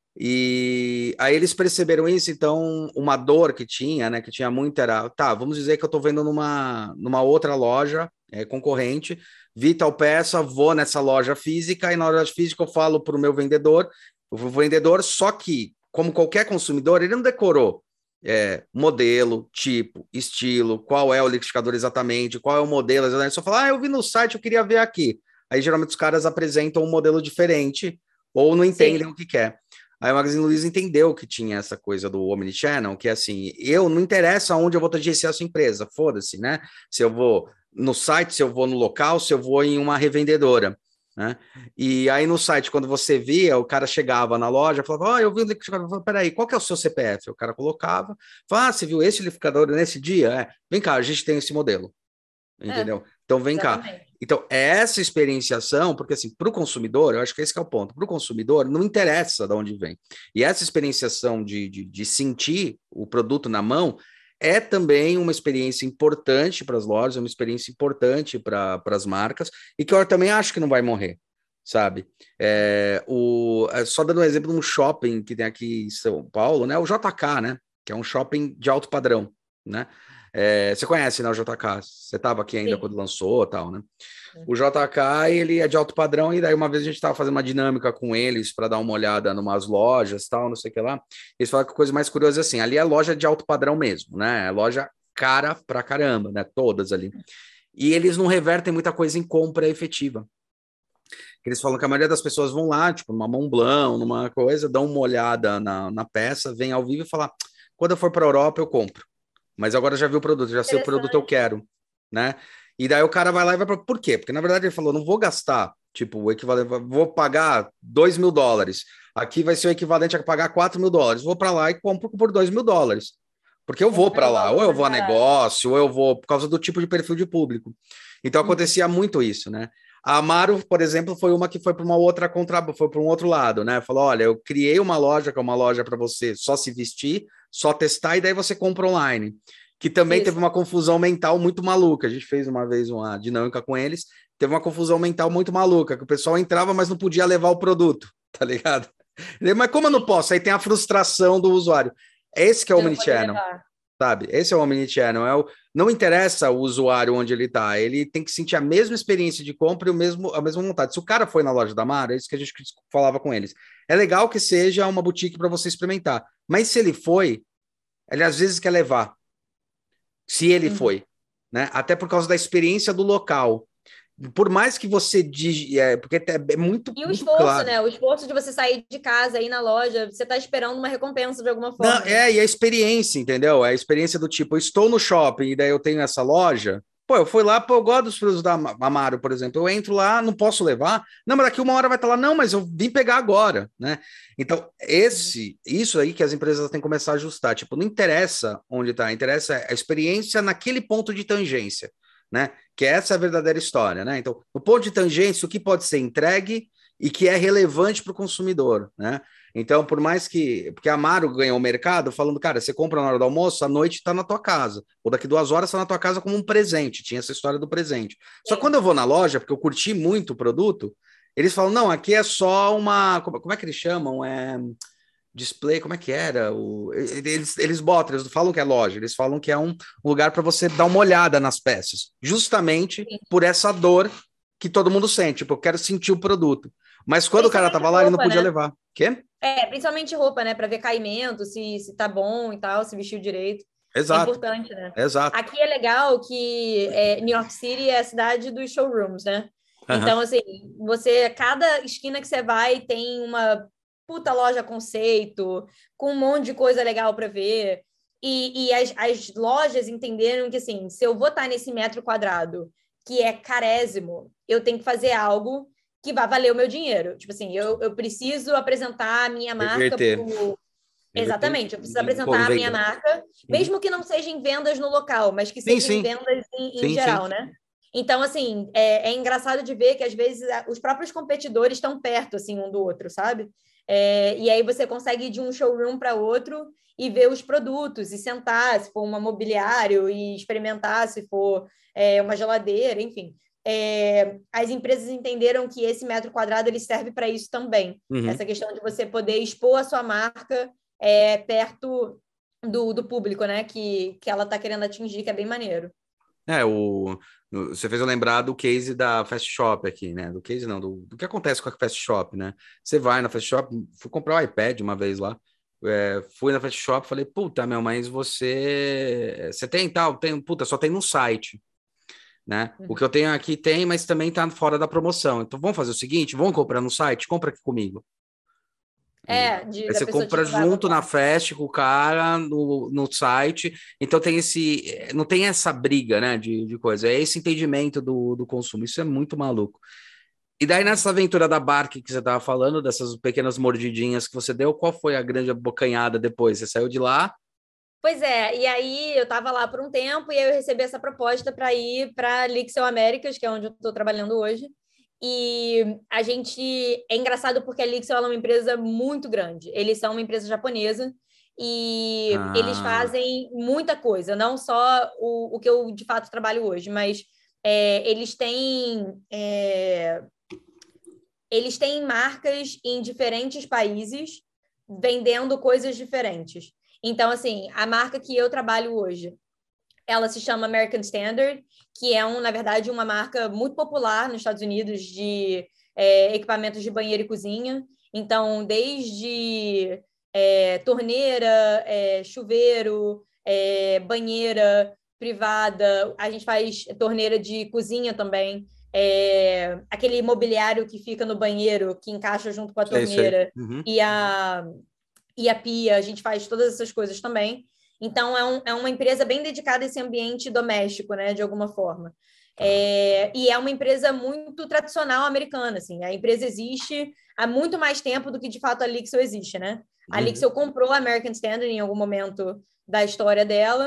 S1: E aí eles perceberam isso, então uma dor que tinha, né, que tinha muito era, vamos dizer que eu estou vendo numa outra loja concorrente, vi tal peça, vou nessa loja física e na loja física eu falo para o meu vendedor, só que, como qualquer consumidor, ele não decorou modelo, tipo, estilo, qual é o liquidificador exatamente, qual é o modelo exatamente, ele só fala, eu vi no site, eu queria ver aqui. Aí geralmente os caras apresentam um modelo diferente ou não entendem o que quer. Aí o Magazine Luiza entendeu que tinha essa coisa do Omnichannel, que é assim, não interessa onde eu vou tangenciar a sua empresa, foda-se, né? Se eu vou no site, se eu vou no local, se eu vou em uma revendedora, né? E aí no site, quando você via, o cara chegava na loja, falava, eu vi o liquidificador, peraí, qual que é o seu CPF? O cara colocava, falava, você viu esse liquidificador nesse dia? Vem cá, a gente tem esse modelo, entendeu? Então vem
S2: exatamente.
S1: cá. Então, essa experienciação, porque assim, para o consumidor, eu acho que esse que é o ponto, para o consumidor não interessa de onde vem. E essa experienciação de sentir o produto na mão é também uma experiência importante para as lojas, é uma experiência importante para as marcas, e que eu também acho que não vai morrer, sabe? Só dando um exemplo de um shopping que tem aqui em São Paulo, né? O JK, né? Que é um shopping de alto padrão, né? Você conhece, né, o JK? Você estava aqui ainda quando lançou e tal, né? O JK, ele é de alto padrão, e daí uma vez a gente estava fazendo uma dinâmica com eles para dar uma olhada em umas lojas, tal, não sei o que lá. Eles falaram que a coisa mais curiosa é assim, ali é loja de alto padrão mesmo, né? É loja cara pra caramba, né? Todas ali. E eles não revertem muita coisa em compra efetiva. Eles falam que a maioria das pessoas vão lá, tipo, numa Montblanc, numa coisa, dão uma olhada na peça, vem ao vivo e falam, quando eu for para a Europa, eu compro. Mas agora já vi o produto, já sei o produto eu quero, né? E daí o cara vai lá e vai para... Por quê? Porque, na verdade, ele falou, não vou gastar, tipo, o equivalente, vou pagar $2.000. Aqui vai ser o equivalente a pagar $4.000. Vou para lá e compro por $2.000. Porque eu vou para lá, ou eu vou a negócio, ou eu vou por causa do tipo de perfil de público. Então, acontecia muito isso, né? A Amaro, por exemplo, foi uma que foi para uma outra foi para um outro lado, né? Falou: olha, eu criei uma loja, que é uma loja para você só se vestir, só testar, e daí você compra online. Que também teve uma confusão mental muito maluca. A gente fez uma vez uma dinâmica com eles, teve uma confusão mental muito maluca, que o pessoal entrava, mas não podia levar o produto, tá ligado? Mas como eu não posso? Aí tem a frustração do usuário. Esse que é o omnichannel. Sabe? Esse é o omnichannel. Não interessa o usuário onde ele está, ele tem que sentir a mesma experiência de compra e a mesma vontade. Se o cara foi na loja da Mara, é isso que a gente falava com eles. É legal que seja uma boutique para você experimentar, mas se ele foi, ele às vezes quer levar. Se ele foi, né? Até por causa da experiência do local. Por mais que você porque é muito,
S2: e o
S1: muito
S2: esforço,
S1: claro.
S2: né? O esforço de você sair de casa, ir na loja, você tá esperando uma recompensa de alguma forma.
S1: Não, e a experiência, entendeu? A experiência do tipo, eu estou no shopping e daí eu tenho essa loja. Pô, eu fui lá, pô, eu gosto dos produtos da Amaro, por exemplo. Eu entro lá, não posso levar. Não, mas daqui uma hora vai estar lá. Não, mas eu vim pegar agora, né? Então, isso aí que as empresas têm que começar a ajustar. Tipo, não interessa onde está, interessa a experiência naquele ponto de tangência, né? Que essa é a verdadeira história, né? Então, no ponto de tangência, o que pode ser entregue e que é relevante para o consumidor, né? Então, por mais que... Porque a Amaro ganhou o mercado falando, cara, você compra na hora do almoço, à noite está na tua casa. Ou daqui 2 horas está na tua casa como um presente. Tinha essa história do presente. Só que quando eu vou na loja, porque eu curti muito o produto, eles falam, não, aqui é só uma... Como é que eles chamam? Display, como é que era? Eles botam, eles não falam que é loja, eles falam que é um lugar para você dar uma olhada nas peças, justamente por essa dor que todo mundo sente, tipo, eu quero sentir o produto. Mas quando o cara tava lá, ele não podia levar. Quê?
S2: Principalmente roupa, né? Para ver caimento, se tá bom e tal, se vestiu direito.
S1: Exato.
S2: É importante, né?
S1: Exato.
S2: Aqui é legal que New York City é a cidade dos showrooms, né? Então, assim, cada esquina que você vai tem uma puta loja conceito, com um monte de coisa legal para ver. E as lojas entenderam que, assim, se eu vou estar nesse metro quadrado, que é carésimo, eu tenho que fazer algo que vai valer o meu dinheiro. Tipo assim, eu preciso apresentar a minha marca pro... Exatamente, eu preciso apresentar a minha marca, mesmo que não seja em vendas no local, mas que seja em vendas em geral, né? Então, assim, é engraçado de ver que, às vezes, os próprios competidores estão perto, assim, um do outro, sabe? E aí você consegue ir de um showroom para outro e ver os produtos, e sentar, se for um mobiliário, e experimentar, se for uma geladeira, enfim. As empresas entenderam que esse metro quadrado ele serve para isso também. Essa questão de você poder expor a sua marca perto do público, né? Que ela está querendo atingir, que é bem maneiro.
S1: Você fez eu lembrar do case da Fast Shop aqui, né? Do case não, do que acontece com a Fast Shop, né? Você vai na Fast Shop, fui comprar um iPad uma vez lá, fui na Fast Shop, falei, puta, meu, mas você tem tal? Puta, só tem no site, né? O que eu tenho aqui tem, mas também tá fora da promoção. Então vamos fazer o seguinte, vamos comprar no site? Compra aqui comigo. Aí você compra junto na Fast com o cara no site, então tem não tem essa briga, né, de coisa, é esse entendimento do consumo, isso é muito maluco. E daí nessa aventura da Bark que você estava falando, dessas pequenas mordidinhas que você deu, qual foi a grande abocanhada depois? Você saiu de lá?
S2: Pois é, e aí eu estava lá por um tempo e aí eu recebi essa proposta para ir para a Lixel Américas, que é onde eu estou trabalhando hoje. E a gente... É engraçado porque a Lixel é uma empresa muito grande. Eles são uma empresa japonesa e eles fazem muita coisa. Não só o que eu, de fato, trabalho hoje, mas eles têm marcas em diferentes países vendendo coisas diferentes. Então, assim, a marca que eu trabalho hoje, ela se chama American Standard, que é, na verdade, uma marca muito popular nos Estados Unidos de equipamentos de banheiro e cozinha. Então, desde torneira, chuveiro, banheira privada, a gente faz torneira de cozinha também, aquele mobiliário que fica no banheiro, que encaixa junto com a torneira, e a pia, a gente faz todas essas coisas também. Então, é uma empresa bem dedicada a esse ambiente doméstico, né, de alguma forma. E é uma empresa muito tradicional americana, assim. A empresa existe há muito mais tempo do que, de fato, a Lixel existe, né? A Lixel comprou a American Standard em algum momento da história dela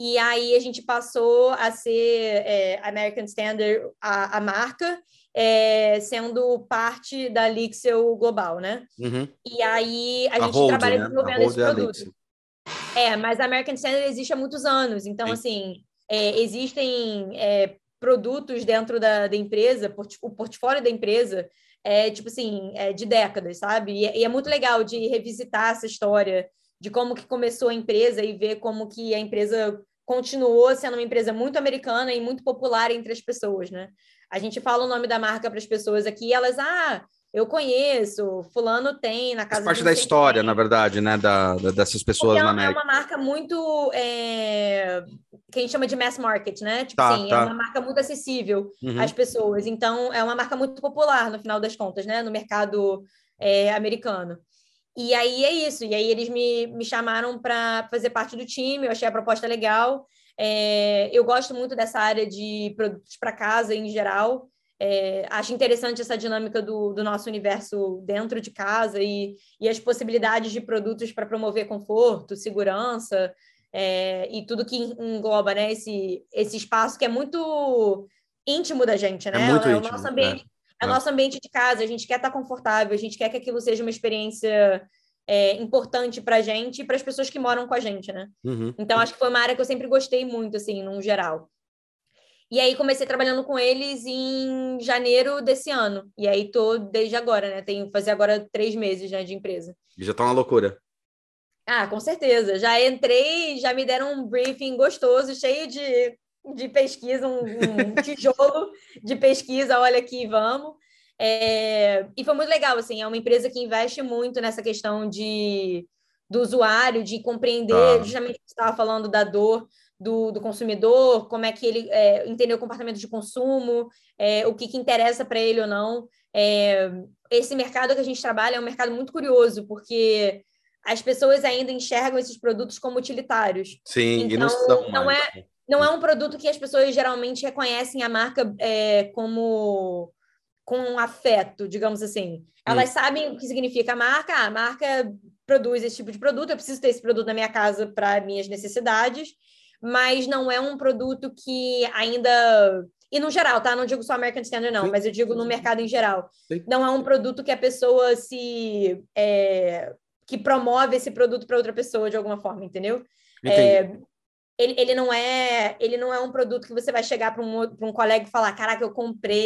S2: E aí a gente passou a ser American Standard, a marca, sendo parte da Lixel Global, né?
S1: Uhum.
S2: E aí a
S1: A
S2: gente
S1: Hold,
S2: trabalha
S1: né? A
S2: desenvolvendo
S1: Hold
S2: esse
S1: é a
S2: produto.
S1: Lixo.
S2: Mas a American Standard existe há muitos anos. Então,
S1: Sim.
S2: assim, existem produtos dentro da empresa, o portfólio da empresa tipo assim, de décadas, sabe? E é muito legal de revisitar essa história de como que começou a empresa e ver como que a empresa continuou sendo uma empresa muito americana e muito popular entre as pessoas, né? A gente fala o nome da marca para as pessoas aqui e elas, eu conheço, fulano tem na
S1: Faz
S2: casa de
S1: parte
S2: não
S1: da
S2: sei
S1: história, na
S2: quem.
S1: verdade, né? Dessas
S2: Porque
S1: pessoas na
S2: é
S1: América.
S2: uma marca muito que a gente chama de mass market, né? Tipo
S1: Tá,
S2: assim, é uma
S1: tá.
S2: marca muito acessível às
S1: Uhum.
S2: pessoas. Então, é uma marca muito popular, no final das contas, né? No mercado americano. E aí é isso. E aí eles me chamaram para fazer parte do time. Eu achei a proposta legal. Eu gosto muito dessa área de produtos para casa em geral. Acho interessante essa dinâmica do nosso universo dentro de casa e as possibilidades de produtos para promover conforto, segurança e tudo que engloba, né, esse espaço que é muito íntimo da gente,
S1: É
S2: né?
S1: muito
S2: É o nosso
S1: íntimo.
S2: ambiente, é o
S1: É.
S2: nosso ambiente de casa. A gente quer estar confortável, a gente quer que aquilo seja uma experiência importante para a gente e para as pessoas que moram com a gente, né?
S1: Uhum.
S2: Então, acho que foi uma área que eu sempre gostei muito, assim, num geral. E aí comecei trabalhando com eles em janeiro desse ano. E aí tô desde agora, né? Tenho que fazer agora 3 meses, né, de empresa.
S1: E já tá uma loucura.
S2: Com certeza. Já entrei, já me deram um briefing gostoso, cheio de pesquisa, um tijolo de pesquisa, olha aqui, vamos. E foi muito legal, assim, é uma empresa que investe muito nessa questão do usuário, de compreender,
S1: Tá.
S2: justamente o que você estava falando da dor do consumidor, como é que ele entender o comportamento de consumo, o que interessa para ele ou não. Esse mercado que a gente trabalha é um mercado muito curioso, porque as pessoas ainda enxergam esses produtos como utilitários.
S1: Sim, e não
S2: Então,
S1: são mais.
S2: não é um produto que as pessoas geralmente reconhecem a marca como com um afeto, digamos assim.
S1: Hum.
S2: Elas sabem o que significa a marca produz esse tipo de produto, eu preciso ter esse produto na minha casa para minhas necessidades, mas não é um produto que ainda... E no geral, tá? Não digo só American Standard, não,
S1: Sim,
S2: mas eu digo no mercado em geral.
S1: sim.
S2: Não é um produto que a pessoa que promove esse produto para outra pessoa de alguma forma, entendeu?
S1: Entendi.
S2: Ele não é um produto que você vai chegar para um colega e falar: caraca, eu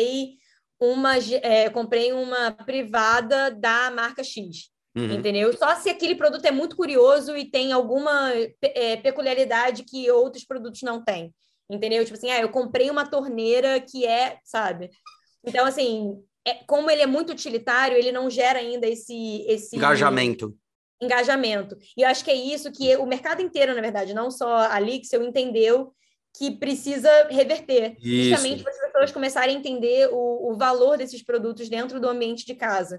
S2: comprei uma privada da marca X.
S1: Uhum.
S2: Entendeu? Só se aquele produto é muito curioso e tem alguma peculiaridade que outros produtos não têm. Entendeu? Tipo assim, eu comprei uma torneira que sabe? Então, assim, como ele é muito utilitário, ele não gera ainda esse
S1: Engajamento.
S2: engajamento. E eu acho que é isso que o mercado inteiro, na verdade, não só a Lixel, entendeu que precisa reverter, justamente
S1: Isso.
S2: para as pessoas começarem a entender o valor desses produtos dentro do ambiente de casa.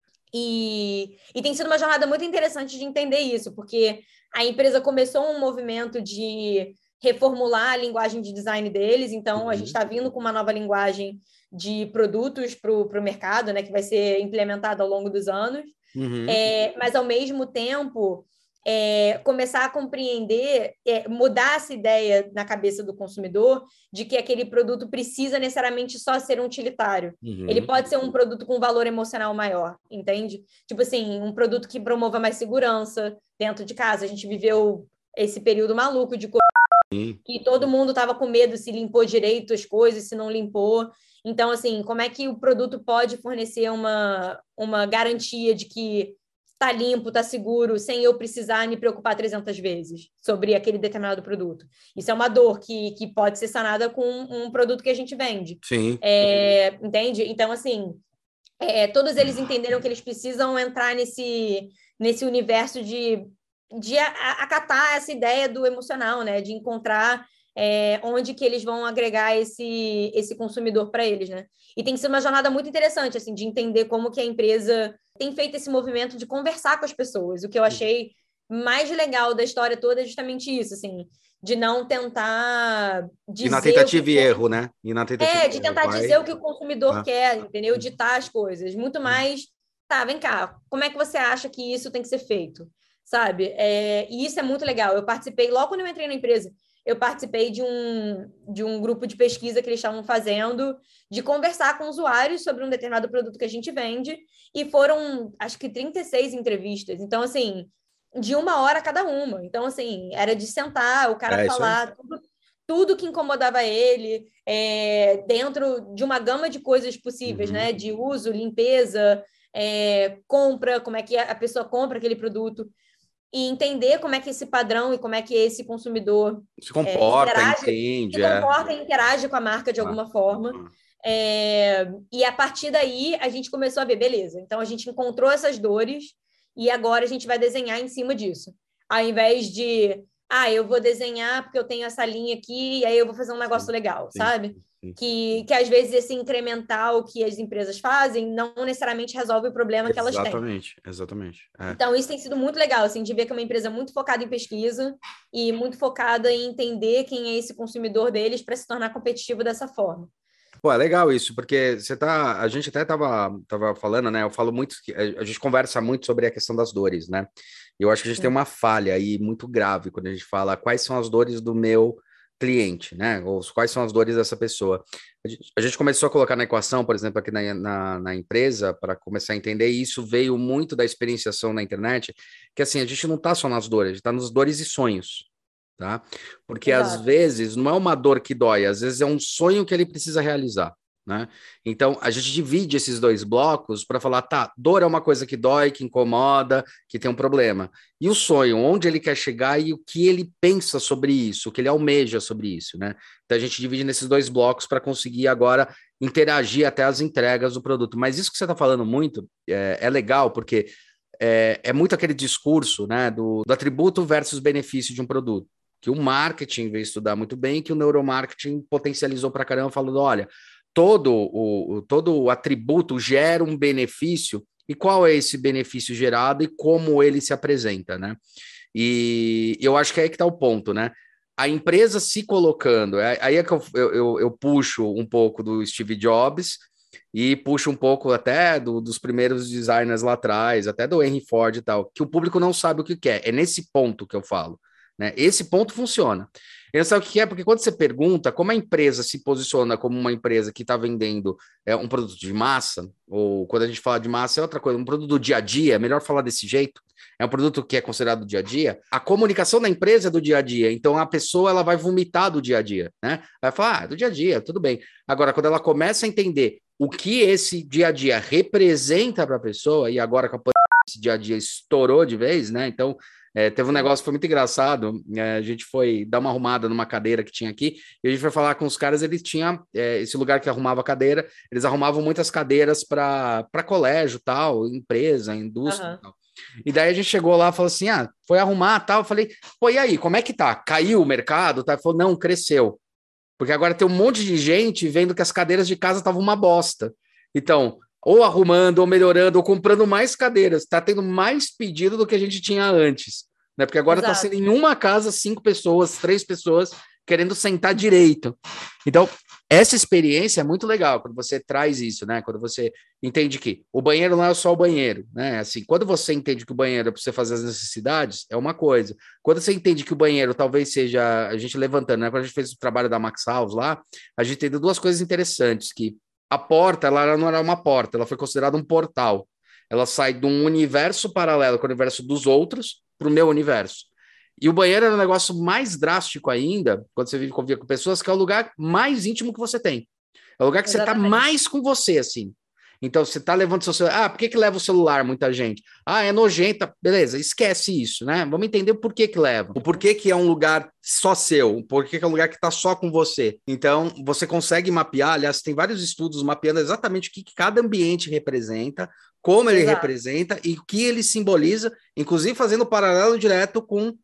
S2: E tem sido uma jornada muito interessante de entender isso, porque a empresa começou um movimento de reformular a linguagem de design deles, então a gente está vindo com uma nova linguagem de produtos para o mercado, né, que vai ser implementada ao longo dos anos.
S1: Uhum.
S2: Mas ao mesmo tempo começar a compreender, mudar essa ideia na cabeça do consumidor de que aquele produto precisa necessariamente só ser um utilitário.
S1: Uhum.
S2: Ele pode ser um produto com valor emocional maior, entende? Tipo assim, um produto que promova mais segurança dentro de casa. A gente viveu esse período maluco de que todo mundo estava com medo se limpou direito as coisas, se não limpou. Então, assim, como é que o produto pode fornecer uma garantia de que está limpo, está seguro, sem eu precisar me preocupar 300 vezes sobre aquele determinado produto? Isso é uma dor que pode ser sanada com um produto que a gente vende.
S1: Sim.
S2: Entende? Então, assim, todos eles entenderam que eles precisam entrar nesse universo de acatar essa ideia do emocional, né? De encontrar onde que eles vão agregar esse consumidor para eles, né? E tem sido uma jornada muito interessante, assim, de entender como que a empresa tem feito esse movimento de conversar com as pessoas. O que eu achei mais legal da história toda é justamente isso, assim, de não tentar dizer...
S1: E na tentativa e erro, né? E na tentativa
S2: de
S1: e erro.
S2: tentar dizer o que o consumidor
S1: Ah.
S2: quer, entendeu? Ditar as coisas. Muito mais, tá, vem cá, como é que você acha que isso tem que ser feito? Sabe? E isso é muito legal. Eu participei, logo quando eu entrei na empresa, eu participei de um grupo de pesquisa que eles estavam fazendo, de conversar com usuários sobre um determinado produto que a gente vende, e foram, acho que 36 entrevistas. Então, assim, de 1 hora cada uma. Então, assim, era de sentar, o cara falar tudo que incomodava ele, dentro de uma gama de coisas possíveis, né? De uso, limpeza, compra, como é que a pessoa compra aquele produto, e entender como é que esse padrão e como é que esse consumidor
S1: se comporta,
S2: se comporta e interage com a marca de alguma forma. E a partir daí, a gente começou a ver, beleza, então a gente encontrou essas dores e agora a gente vai desenhar em cima disso. Ao invés de, eu vou desenhar porque eu tenho essa linha aqui e aí eu vou fazer um negócio legal, sabe? Que às vezes esse incremental que as empresas fazem não necessariamente resolve o problema que elas têm.
S1: Exatamente.
S2: Então, isso tem sido muito legal, assim, de ver que é uma empresa muito focada em pesquisa e muito focada em entender quem é esse consumidor deles para se tornar competitivo dessa forma.
S1: Pô, é legal isso, porque a gente até tava falando, né? Eu falo muito, a gente conversa muito sobre a questão das dores, né? E eu acho que a gente tem uma falha aí muito grave quando a gente fala quais são as dores do meu cliente, né? Ou quais são as dores dessa pessoa. A gente começou a colocar na equação, por exemplo, aqui na empresa, para começar a entender, e isso veio muito da experienciação na internet, que assim, a gente não está só nas dores, a gente está nos dores e sonhos, tá? Porque às vezes não é uma dor que dói, às vezes é um sonho que ele precisa realizar, né? Então a gente divide esses dois blocos para falar, tá, dor é uma coisa que dói, que incomoda, que tem um problema. E o sonho, onde ele quer chegar e o que ele pensa sobre isso, o que ele almeja sobre isso, né? Então a gente divide nesses dois blocos para conseguir agora interagir até as entregas do produto. Mas isso que você está falando muito é legal, porque é muito aquele discurso, né, do atributo versus benefício de um produto, que o marketing veio estudar muito bem, que o neuromarketing potencializou para caramba, falando, olha, todo o atributo gera um benefício, e qual é esse benefício gerado e como ele se apresenta, né? E eu acho que é aí que está o ponto, né? A empresa se colocando, aí é que eu puxo um pouco do Steve Jobs e puxo um pouco até dos primeiros designers lá atrás, até do Henry Ford e tal, que o público não sabe o que quer. É nesse ponto que eu falo, né? Esse ponto funciona. Ele não sabe o que é, porque quando você pergunta como a empresa se posiciona como uma empresa que está vendendo um produto de massa, ou quando a gente fala de massa é outra coisa, um produto do dia a dia, é melhor falar desse jeito, é um produto que é considerado do dia a dia, a comunicação da empresa é do dia a dia, então a pessoa ela vai vomitar do dia a dia, né? Vai falar, do dia a dia, tudo bem. Agora, quando ela começa a entender o que esse dia a dia representa para a pessoa, e agora com a pandemia, esse dia a dia estourou de vez, né? Então, teve um negócio que foi muito engraçado, a gente foi dar uma arrumada numa cadeira que tinha aqui, e a gente foi falar com os caras, eles tinham esse lugar que arrumava cadeira, eles arrumavam muitas cadeiras para colégio, tal, empresa, indústria, tal. E daí a gente chegou lá e falou assim, foi arrumar, tal, eu falei, pô, e aí, como é que tá? Caiu o mercado? Tá? Ele falou, não, cresceu, porque agora tem um monte de gente vendo que as cadeiras de casa estavam uma bosta, então... ou arrumando, ou melhorando, ou comprando mais cadeiras. Está tendo mais pedido do que a gente tinha antes, né? Porque agora está sendo em uma casa 5 pessoas, 3 pessoas querendo sentar direito. Então, essa experiência é muito legal quando você traz isso, né? Quando você entende que o banheiro não é só o banheiro, né? Assim, quando você entende que o banheiro é para você fazer as necessidades, é uma coisa. Quando você entende que o banheiro talvez seja a gente levantando, né? Quando a gente fez o trabalho da Max House lá, a gente entendeu 2 coisas interessantes, que a porta, ela não era uma porta, ela foi considerada um portal. Ela sai de um universo paralelo com o universo dos outros para o meu universo. E o banheiro era um negócio mais drástico ainda, quando você vive com pessoas, que é o lugar mais íntimo que você tem. É o lugar que você está mais com você, assim. Então, você está levando seu celular. Por que leva o celular, muita gente? É nojenta. Beleza, esquece isso, né? Vamos entender o porquê que leva. O porquê que é um lugar só seu. O porquê que é um lugar que está só com você. Então, você consegue mapear. Aliás, tem vários estudos mapeando exatamente o que cada ambiente representa, como ele representa e o que ele simboliza, inclusive fazendo paralelo direto com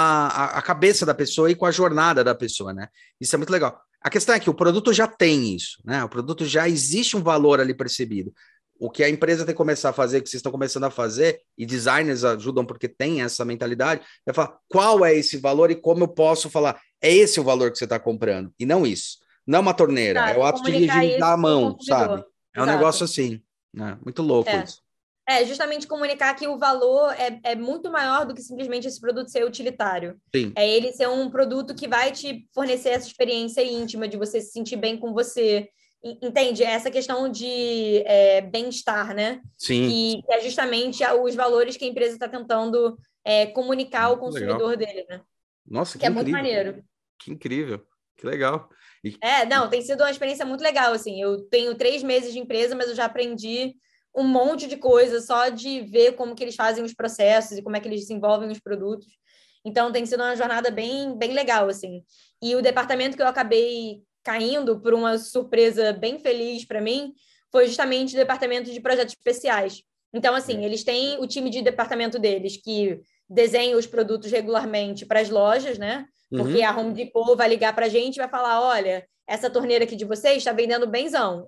S1: a cabeça da pessoa e com a jornada da pessoa, né? Isso é muito legal. A questão é que o produto já tem isso, né? O produto já existe um valor ali percebido. O que a empresa tem que começar a fazer, que vocês estão começando a fazer, e designers ajudam porque tem essa mentalidade, é falar qual é esse valor e como eu posso falar, é esse o valor que você está comprando, e não isso. Não uma torneira, é o ato de higienizar a mão, sabe? É um negócio assim, né? Muito louco isso.
S2: Justamente comunicar que o valor é muito maior do que simplesmente esse produto ser utilitário.
S1: Sim.
S2: É ele ser um produto que vai te fornecer essa experiência íntima de você se sentir bem com você. Entende? Essa questão de bem-estar, né?
S1: Sim.
S2: Que é justamente os valores que a empresa está tentando comunicar ao consumidor dele, né?
S1: Nossa,
S2: que é muito maneiro.
S1: Que incrível, que legal.
S2: Não, tem sido uma experiência muito legal, assim. Eu tenho 3 meses de empresa, mas eu já aprendi um monte de coisa só de ver como que eles fazem os processos e como é que eles desenvolvem os produtos. Então, tem sido uma jornada bem, bem legal, assim. E o departamento que eu acabei caindo por uma surpresa bem feliz para mim foi justamente o departamento de projetos especiais. Então, assim, eles têm o time de departamento deles que desenha os produtos regularmente para as lojas, né? Porque a Home Depot vai ligar para a gente e vai falar, olha, essa torneira aqui de vocês está vendendo benzão.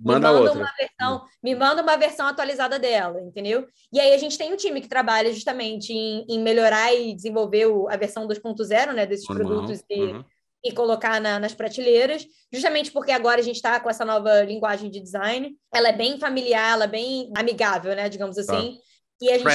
S2: Me manda uma versão atualizada dela, entendeu? E aí a gente tem um time que trabalha justamente em melhorar e desenvolver a versão 2.0, né, desses produtos e colocar nas prateleiras, justamente porque agora a gente está com essa nova linguagem de design. Ela é bem familiar, ela é bem amigável, né, digamos assim. E a gente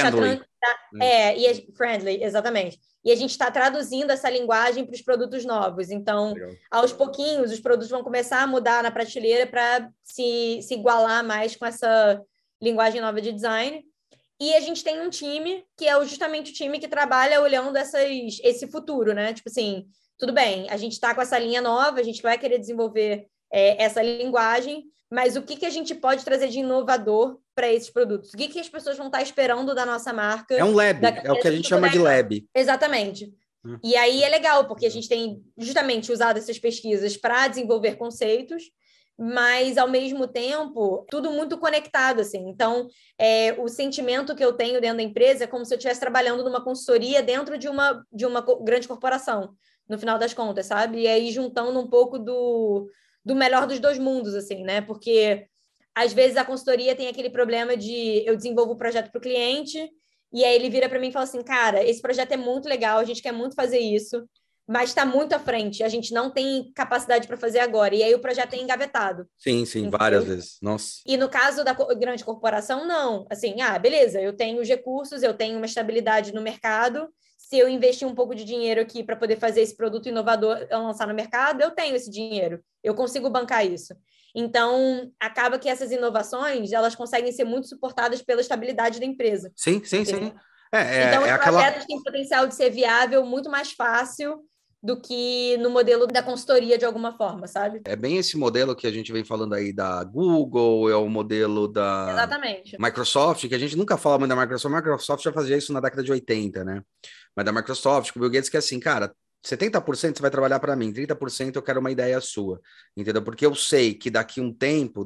S2: está friendly, exatamente. E a gente está traduzindo essa linguagem para os produtos novos. Então, aos pouquinhos, os produtos vão começar a mudar na prateleira para se igualar mais com essa linguagem nova de design. E a gente tem um time que é justamente o time que trabalha olhando esse futuro, né? Tipo assim, tudo bem, a gente está com essa linha nova, a gente vai querer desenvolver essa linguagem, mas o que a gente pode trazer de inovador para esses produtos? O que as pessoas vão estar esperando da nossa marca?
S1: É um lab, é o que a gente chama de lab.
S2: Exatamente. E aí é legal, porque a gente tem justamente usado essas pesquisas para desenvolver conceitos, mas, ao mesmo tempo, tudo muito conectado, assim. Então, o sentimento que eu tenho dentro da empresa é como se eu estivesse trabalhando numa consultoria dentro de uma grande corporação, no final das contas, sabe? E aí, juntando um pouco do melhor dos dois mundos, assim, né? Porque, às vezes, a consultoria tem aquele problema de eu desenvolvo o projeto para o cliente e aí ele vira para mim e fala assim, cara, esse projeto é muito legal, a gente quer muito fazer isso, mas está muito à frente, a gente não tem capacidade para fazer agora. E aí o projeto é engavetado.
S1: Sim, entendeu? Várias vezes. Nossa.
S2: E no caso da grande corporação, não. Assim, beleza, eu tenho os recursos, eu tenho uma estabilidade no mercado. Se eu investir um pouco de dinheiro aqui para poder fazer esse produto inovador lançar no mercado, eu tenho esse dinheiro. Eu consigo bancar isso. Então, acaba que essas inovações, elas conseguem ser muito suportadas pela estabilidade da empresa.
S1: Sim.
S2: Então, os projetos têm potencial de ser viável muito mais fácil do que no modelo da consultoria, de alguma forma, sabe?
S1: É bem esse modelo que a gente vem falando aí da Google, é o modelo da
S2: Exatamente.
S1: Microsoft, que a gente nunca fala muito da Microsoft. A Microsoft já fazia isso na década de 80, né? Mas da Microsoft, com o Bill Gates, que é assim, cara, 70% você vai trabalhar para mim, 30% eu quero uma ideia sua, entendeu? Porque eu sei que daqui um tempo,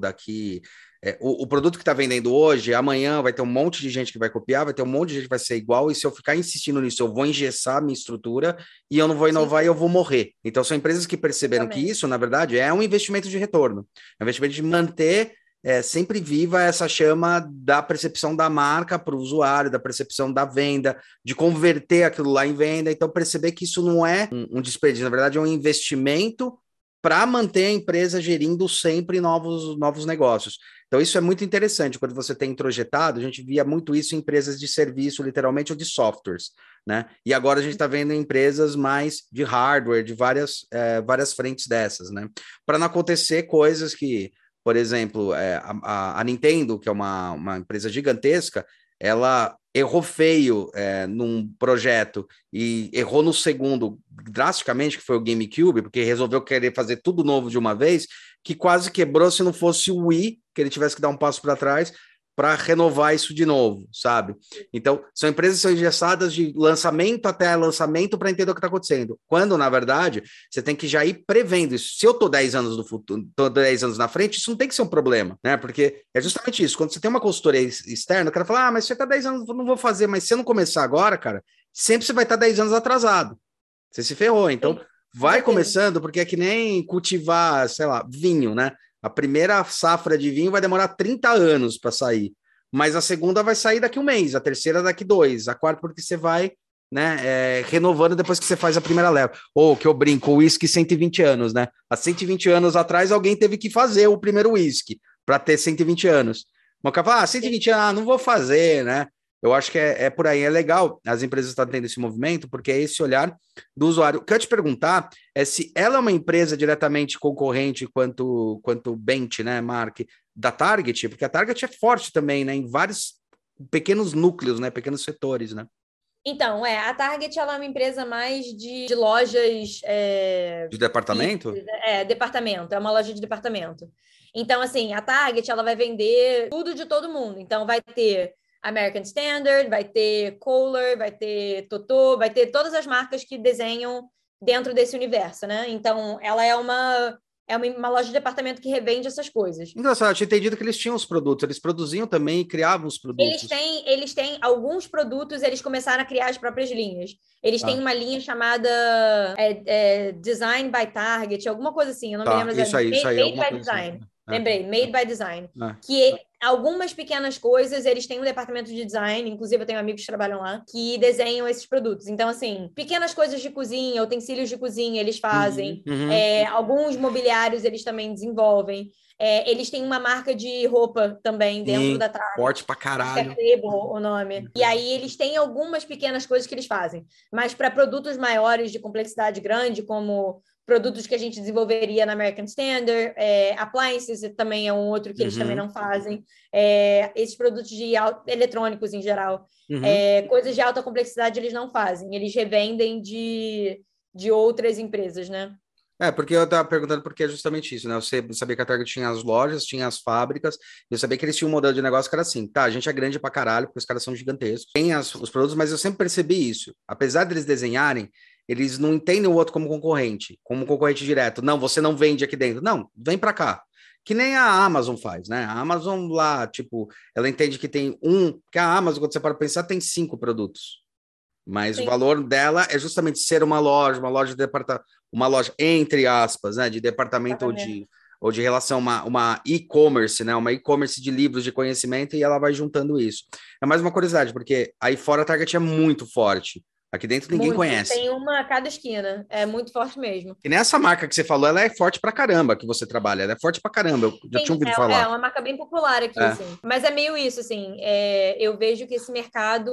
S1: o produto que está vendendo hoje, amanhã vai ter um monte de gente que vai copiar, vai ter um monte de gente que vai ser igual, e se eu ficar insistindo nisso, eu vou engessar a minha estrutura e eu não vou inovar. Sim. E eu vou morrer. Então, são empresas que perceberam que isso, na verdade, é um investimento de retorno. É um investimento de manter sempre viva essa chama da percepção da marca para o usuário, da percepção da venda, de converter aquilo lá em venda. Então, perceber que isso não é um desperdício, na verdade, é um investimento para manter a empresa gerindo sempre novos negócios. Então, isso é muito interessante. Quando você tem introjetado, a gente via muito isso em empresas de serviço, literalmente, ou de softwares, né? E agora a gente está vendo empresas mais de hardware, de várias frentes dessas, né? Para não acontecer coisas que, por exemplo, a Nintendo, que é uma empresa gigantesca, ela errou feio num projeto e errou no segundo drasticamente, que foi o GameCube, porque resolveu querer fazer tudo novo de uma vez, que quase quebrou se não fosse o Wii, que ele tivesse que dar um passo para trás para renovar isso de novo, sabe? Então, são empresas que são engessadas de lançamento até lançamento para entender o que está acontecendo. Quando, na verdade, você tem que já ir prevendo isso. Se eu estou 10 anos no futuro, estou 10 anos na frente, isso não tem que ser um problema, né? Porque é justamente isso. Quando você tem uma consultoria externa, o cara fala, mas você está 10 anos, eu não vou fazer, mas se eu não começar agora, cara, sempre você vai estar 10 anos atrasado. Você se ferrou. Então, vai começando, porque é que nem cultivar, sei lá, vinho, né? A primeira safra de vinho vai demorar 30 anos para sair, mas a segunda vai sair daqui um mês, a terceira daqui 2, a quarta porque você vai, né, renovando depois que você faz a primeira leva. Ou que eu brinco, o uísque 120 anos, né? Há 120 anos atrás alguém teve que fazer o primeiro uísque para ter 120 anos. Mas o cara fala, 120, não vou fazer, né? Eu acho que é por aí, é legal as empresas estarem tendo esse movimento, porque é esse olhar do usuário. O que eu ia te perguntar é se ela é uma empresa diretamente concorrente quanto bench, né, Mark, da Target, porque a Target é forte também, né, em vários pequenos núcleos, né, pequenos setores, né?
S2: Então, a Target ela é uma empresa mais de lojas...
S1: De departamento?
S2: Departamento, é uma loja de departamento. Então, assim, a Target ela vai vender tudo de todo mundo. Então, vai ter American Standard, vai ter Kohler, vai ter Totó, vai ter todas as marcas que desenham dentro desse universo, né? Então, ela é uma loja de departamento que revende essas coisas.
S1: Engraçado, eu tinha entendido que eles tinham os produtos, eles produziam também e criavam os produtos.
S2: Eles têm alguns produtos, eles começaram a criar as próprias linhas. Eles têm uma linha chamada Design by Target, alguma coisa assim, eu não me lembro exatamente.
S1: Isso aí.
S2: Made by Design.
S1: Assim.
S2: Lembrei, Made by Design. Que algumas pequenas coisas, eles têm um departamento de design, inclusive eu tenho amigos que trabalham lá, que desenham esses produtos. Então, assim, pequenas coisas de cozinha, utensílios de cozinha, eles fazem. Alguns mobiliários eles também desenvolvem. Eles têm uma marca de roupa também dentro da Target.
S1: Forte pra caralho.
S2: É Fable o nome. E aí eles têm algumas pequenas coisas que eles fazem. Mas para produtos maiores de complexidade grande, como produtos que a gente desenvolveria na American Standard, appliances também é um outro que eles também não fazem, esses produtos eletrônicos em geral, coisas de alta complexidade eles não fazem, eles revendem de outras empresas, né?
S1: Porque eu estava perguntando porque é justamente isso, né? Eu sabia que a Target tinha as lojas, tinha as fábricas, e eu sabia que eles tinham um modelo de negócio que era assim, tá, a gente é grande pra caralho, porque os caras são gigantescos, tem os produtos, mas eu sempre percebi isso, apesar deles desenharem, eles não entendem o outro como concorrente direto. Não, você não vende aqui dentro. Não, vem para cá. Que nem a Amazon faz, né? A Amazon lá, tipo, ela entende que tem que a Amazon, quando você para pensar, tem 5 produtos. Mas Sim. O valor dela é justamente ser uma loja de departamento, uma loja, entre aspas, né? De departamento ou de relação, uma e-commerce, né? Uma e-commerce de livros de conhecimento e ela vai juntando isso. É mais uma curiosidade, porque aí fora a Target é muito forte. Aqui dentro ninguém conhece.
S2: Tem uma a cada esquina. É muito forte mesmo.
S1: E nessa marca que você falou, ela é forte pra caramba, que você trabalha. Ela é forte pra caramba. Eu já tinha ouvido falar.
S2: É uma marca bem popular aqui, assim. Mas é meio isso, assim. Eu vejo que esse mercado,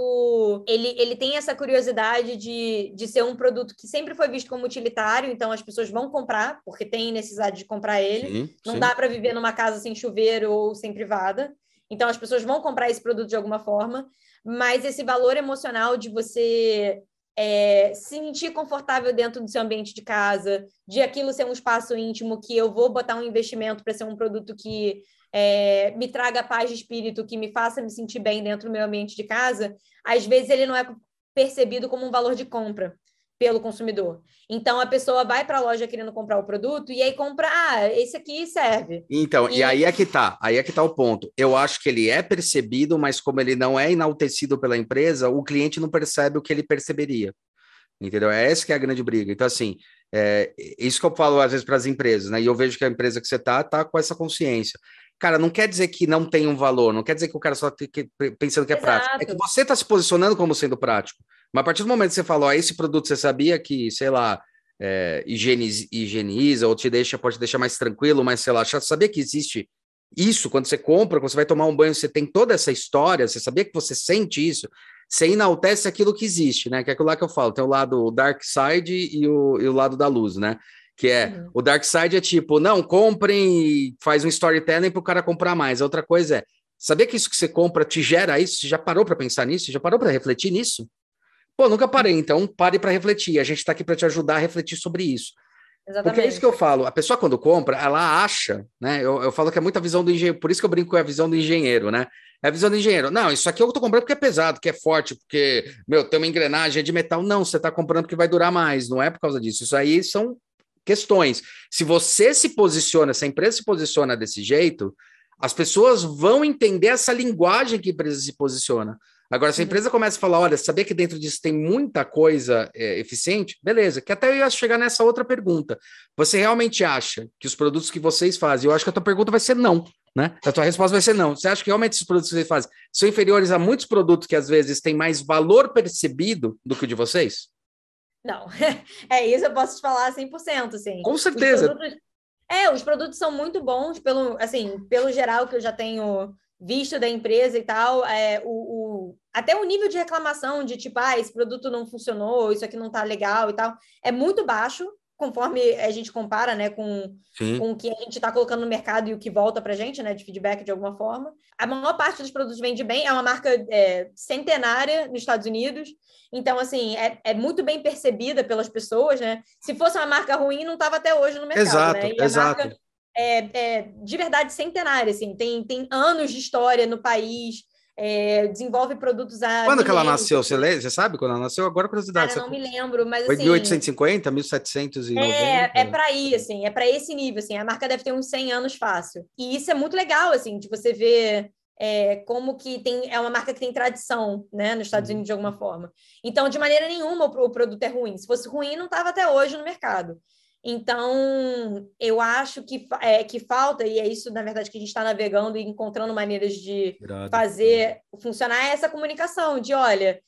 S2: ele tem essa curiosidade de ser um produto que sempre foi visto como utilitário, então as pessoas vão comprar, porque tem necessidade de comprar ele. Não dá para viver numa casa sem chuveiro ou sem privada. Então as pessoas vão comprar esse produto de alguma forma. Mas esse valor emocional de você se sentir confortável dentro do seu ambiente de casa, de aquilo ser um espaço íntimo, que eu vou botar um investimento para ser um produto que me traga paz de espírito, que me faça me sentir bem dentro do meu ambiente de casa, às vezes ele não é percebido como um valor de compra pelo consumidor. Então, a pessoa vai para a loja querendo comprar o produto e aí compra, esse aqui serve.
S1: Então, e aí é que tá o ponto. Eu acho que ele é percebido, mas como ele não é enaltecido pela empresa, o cliente não percebe o que ele perceberia. Entendeu? Essa que é a grande briga. Então, assim, isso que eu falo às vezes para as empresas, né? E eu vejo que a empresa que você tá com essa consciência. Cara, não quer dizer que não tem um valor, não quer dizer que o cara só tá pensando que é prático. É que você está se posicionando como sendo prático. Mas a partir do momento que você falou, esse produto você sabia que, sei lá, higieniza ou pode te deixar mais tranquilo, mas sei lá, já sabia que existe isso quando você compra, quando você vai tomar um banho, você tem toda essa história, você sabia que você sente isso, você enaltece aquilo que existe, né? Que é aquilo lá que eu falo, tem o lado dark side e o lado da luz, né? Que o dark side é tipo, não, comprem e faz um storytelling para o cara comprar mais. A outra coisa sabia que isso que você compra te gera isso? Você já parou para pensar nisso? Você já parou para refletir nisso? Pô, nunca parei, então pare para refletir. A gente está aqui para te ajudar a refletir sobre isso. Exatamente. Porque é isso que eu falo. A pessoa, quando compra, ela acha, né? Eu falo que é muita visão do engenheiro, por isso que eu brinco com a visão do engenheiro, né? É a visão do engenheiro. Não, isso aqui eu tô comprando porque é pesado, porque é forte, porque, tem uma engrenagem de metal. Não, você está comprando porque vai durar mais, não é por causa disso. Isso aí são questões. Se você se posiciona, se a empresa se posiciona desse jeito, as pessoas vão entender essa linguagem que a empresa se posiciona. Agora, se a empresa começa a falar, olha, sabia que dentro disso tem muita coisa eficiente? Beleza, que até eu ia chegar nessa outra pergunta. Você realmente acha que os produtos que vocês fazem, eu acho que a tua pergunta vai ser não, né? A tua resposta vai ser não. Você acha que realmente esses produtos que vocês fazem são inferiores a muitos produtos que às vezes têm mais valor percebido do que o de vocês?
S2: Não, isso eu posso te falar 100%, sim.
S1: Com certeza.
S2: Os produtos são muito bons, pelo geral que eu já tenho visto da empresa e tal, até o nível de reclamação de tipo, esse produto não funcionou, isso aqui não tá legal e tal, é muito baixo, conforme a gente compara, né, com o que a gente está colocando no mercado e o que volta para a gente, né, de feedback de alguma forma. A maior parte dos produtos vende bem, é uma marca centenária nos Estados Unidos, então, assim, é muito bem percebida pelas pessoas, né? Se fosse uma marca ruim, não estava até hoje no mercado,
S1: exato,
S2: né? E a marca de verdade centenária, assim, tem anos de história no país, desenvolve produtos há
S1: Quando que ela
S2: milênios.
S1: nasceu? Você sabe quando ela nasceu? Agora, curiosidade.
S2: Cara, não me lembro, mas
S1: foi
S2: assim...
S1: 1850, 1790?
S2: É para aí, assim, é para esse nível, assim, a marca deve ter uns 100 anos fácil. E isso é muito legal, assim, de você ver como que é uma marca que tem tradição, né, nos Estados Unidos de alguma forma. Então, de maneira nenhuma, o produto é ruim. Se fosse ruim, não estava até hoje no mercado. Então, eu acho que falta, e é isso, na verdade, que a gente está navegando e encontrando maneiras de fazer funcionar essa comunicação, de, olha,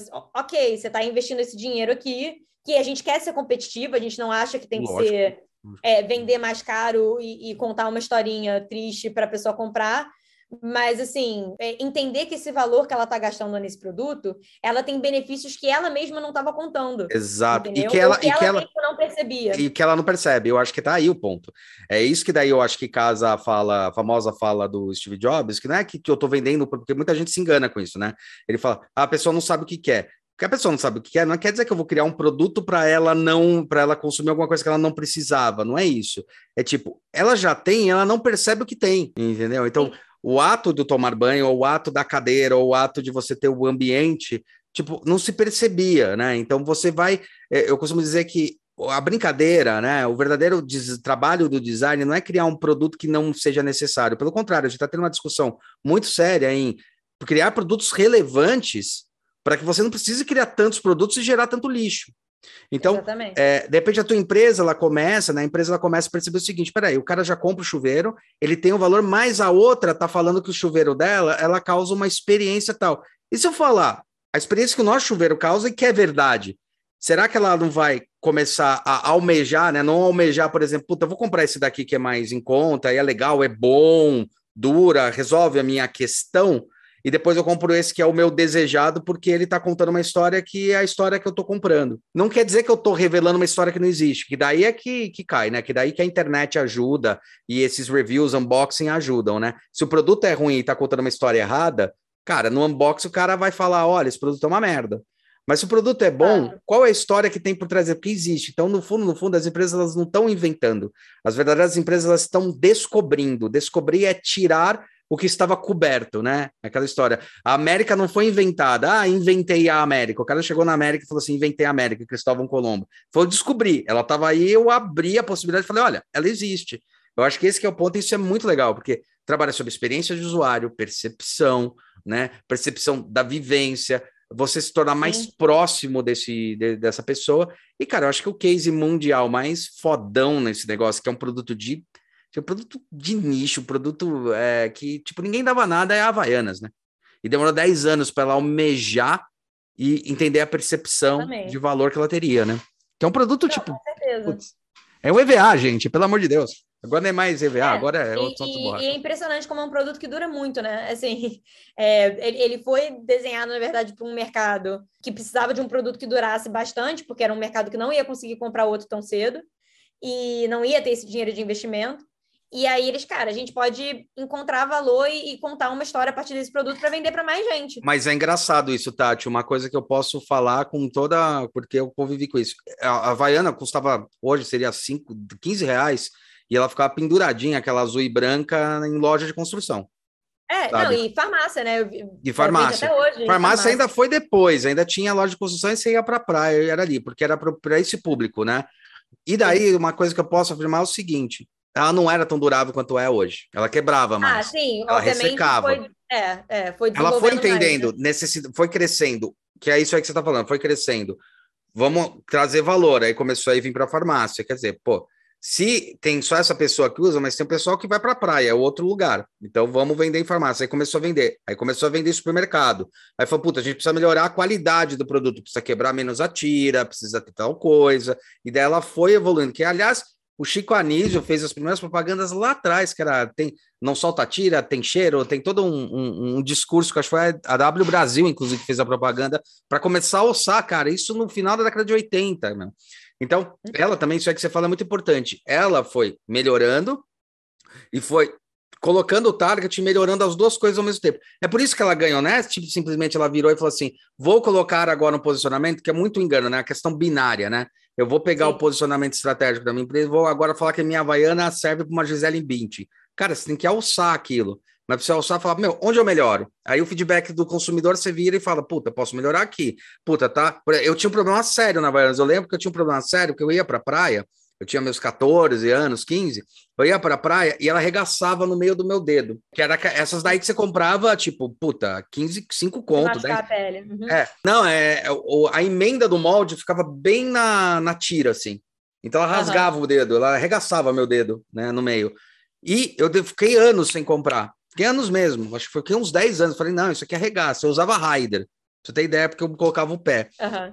S2: ok, você está investindo esse dinheiro aqui, que a gente quer ser competitivo, a gente não acha que tem que ser vender mais caro e contar uma historinha triste para a pessoa comprar, mas, assim, entender que esse valor que ela está gastando nesse produto, ela tem benefícios que ela mesma não estava contando.
S1: Exato.
S2: Entendeu?
S1: E que ela
S2: mesma não percebia.
S1: E que ela não percebe. Eu acho que tá aí o ponto. É isso que daí eu acho que casa a famosa fala do Steve Jobs, que não é que eu tô vendendo, porque muita gente se engana com isso, né? Ele fala, a pessoa não sabe o que quer. Porque a pessoa não sabe o que quer, não quer dizer que eu vou criar um produto para ela consumir alguma coisa que ela não precisava. Não é isso. É tipo, ela já tem, ela não percebe o que tem, entendeu? Então, o ato de tomar banho, ou o ato da cadeira, ou o ato de você ter o ambiente, tipo, não se percebia, né? Então você vai. Eu costumo dizer que a brincadeira, né? O verdadeiro trabalho do design não é criar um produto que não seja necessário. Pelo contrário, a gente está tendo uma discussão muito séria em criar produtos relevantes para que você não precise criar tantos produtos e gerar tanto lixo. Então, de repente a tua empresa, ela começa a perceber o seguinte, peraí, o cara já compra o chuveiro, ele tem um valor, mas a outra tá falando que o chuveiro dela, ela causa uma experiência tal. E se eu falar, a experiência que o nosso chuveiro causa e que é verdade, será que ela não vai começar a almejar, né? Não almejar, por exemplo, puta, eu vou comprar esse daqui que é mais em conta, é legal, é bom, dura, resolve a minha questão, e depois eu compro esse que é o meu desejado, porque ele está contando uma história que é a história que eu estou comprando. Não quer dizer que eu estou revelando uma história que não existe, que daí é que cai, né? Que daí que a internet ajuda e esses reviews, unboxing ajudam, né? Se o produto é ruim e está contando uma história errada, cara, no unboxing o cara vai falar, olha, esse produto é uma merda. Mas se o produto é bom, qual é a história que tem por trás? Porque existe. Então, no fundo, as empresas elas não estão inventando. As verdadeiras empresas elas estão descobrindo. Descobrir é tirar o que estava coberto, né? Aquela história. A América não foi inventada. Inventei a América. O cara chegou na América e falou assim, inventei a América, Cristóvão Colombo. Foi descobrir. Ela estava aí, eu abri a possibilidade e falei, olha, ela existe. Eu acho que esse que é o ponto, e isso é muito legal, porque trabalha sobre experiência de usuário, percepção, né? Percepção da vivência, você se tornar mais próximo dessa pessoa. E, cara, eu acho que o case mundial mais fodão nesse negócio, que é um produto de nicho, um produto que, tipo, ninguém dava nada, é a Havaianas, né? E demorou 10 anos para ela almejar e entender a percepção de valor que ela teria, né? Que é um produto, tipo...
S2: Com certeza.
S1: Putz, é um EVA, gente, pelo amor de Deus. Agora não é mais EVA, agora é outro borracha.
S2: E é impressionante como é um produto que dura muito, né? Assim, ele foi desenhado, na verdade, para um mercado que precisava de um produto que durasse bastante, porque era um mercado que não ia conseguir comprar outro tão cedo e não ia ter esse dinheiro de investimento. E aí a gente pode encontrar valor e contar uma história a partir desse produto para vender para mais gente.
S1: Mas é engraçado isso, Tati. Uma coisa que eu posso falar com toda... Porque eu convivi com isso. A Havaiana custava, hoje seria 15 reais, e ela ficava penduradinha, aquela azul e branca, em loja de construção.
S2: E farmácia, né?
S1: E farmácia.
S2: Até hoje,
S1: farmácia ainda foi depois, ainda tinha loja de construção e você ia para a praia, era ali, porque era para esse público, né? E daí, uma coisa que eu posso afirmar é o seguinte... Ela não era tão durável quanto é hoje. Ela quebrava mais.
S2: Sim,
S1: ela
S2: obviamente
S1: ressecava.
S2: Foi
S1: ela foi entendendo,
S2: mais,
S1: né? Foi crescendo, que é isso aí que você está falando, foi crescendo. Vamos trazer valor. Aí começou a vir para a farmácia. Quer dizer, se tem só essa pessoa que usa, mas tem um pessoal que vai para a praia, é outro lugar. Então vamos vender em farmácia. Aí começou a vender. Aí começou a vender em supermercado. Aí falou, a gente precisa melhorar a qualidade do produto, precisa quebrar menos a tira, precisa ter tal coisa. E daí ela foi evoluindo, que aliás... O Chico Anísio fez as primeiras propagandas lá atrás, que era não solta tira, tem cheiro, tem todo um discurso que acho que foi a W Brasil, inclusive, que fez a propaganda para começar a alçar, cara, isso no final da década de 80, né? Então, ela também, isso é que você fala, é muito importante. Ela foi melhorando e foi colocando o target e melhorando as duas coisas ao mesmo tempo. É por isso que ela ganhou, né? Tipo, simplesmente ela virou e falou assim, vou colocar agora um posicionamento, que é muito engano, né? A questão binária, né? Eu vou pegar o posicionamento estratégico da minha empresa, vou agora falar que a minha Havaiana serve para uma Gisele Bündchen. Cara, você tem que alçar aquilo. Mas para você alçar, falar, meu, onde eu melhoro? Aí o feedback do consumidor, você vira e fala, puta, posso melhorar aqui. Puta, tá? Eu tinha um problema sério na Havaianas. Eu lembro que eu tinha um problema sério, porque eu ia para a praia, eu tinha meus 14 anos, 15, eu ia para a praia e ela arregaçava no meio do meu dedo. Que era essas daí que você comprava, tipo, puta, 15, 5 conto.
S2: Machucar a pele. Uhum.
S1: Não, a emenda do molde ficava bem na tira, assim. Então ela rasgava o dedo, ela arregaçava meu dedo, né, no meio. E eu fiquei anos sem comprar. Fiquei anos mesmo, acho que foi uns 10 anos. Falei, não, isso aqui arregaça. Eu usava Raider, pra você ter ideia, porque eu colocava o pé.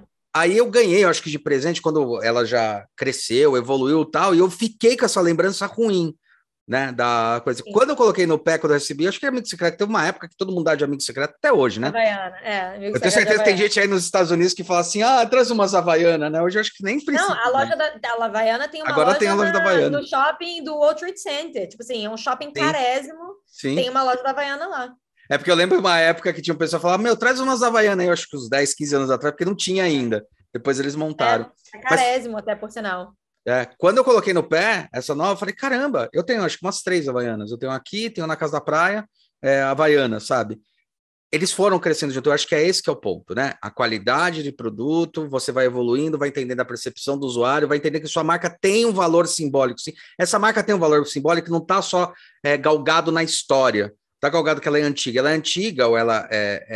S1: Aí eu ganhei, eu acho que de presente, quando ela já cresceu, evoluiu e tal, e eu fiquei com essa lembrança ruim, né, da coisa. Sim. Quando eu coloquei no pé, quando eu recebi, acho que amigo secreto, teve uma época que todo mundo dá de amigo secreto, até hoje, né?
S2: Havaiana,
S1: eu tenho certeza que tem gente aí nos Estados Unidos que fala assim, traz umas Havaiana, né? Hoje eu acho que nem precisa.
S2: Não, a loja da Havaiana tem uma
S1: Agora
S2: loja,
S1: tem a loja da Havaiana
S2: no shopping do World Trade Center. Tipo assim, é um shopping carésimo, tem uma loja da Havaiana lá.
S1: É porque eu lembro uma época que tinha um pessoal que falava, meu, traz umas Havaiana aí, eu acho que uns 10, 15 anos atrás, porque não tinha ainda. Depois eles montaram.
S2: É carésimo até, por sinal.
S1: Quando eu coloquei no pé, essa nova, eu falei, caramba, eu tenho acho que umas 3 Havaianas. Eu tenho aqui, tenho na Casa da Praia, Havaiana, sabe? Eles foram crescendo junto, eu acho que é esse que é o ponto, né? A qualidade de produto, você vai evoluindo, vai entendendo a percepção do usuário, vai entender que sua marca tem um valor simbólico, sim. Essa marca tem um valor simbólico que não está só galgado na história, tá galgado que ela é antiga. Ela é antiga ou ela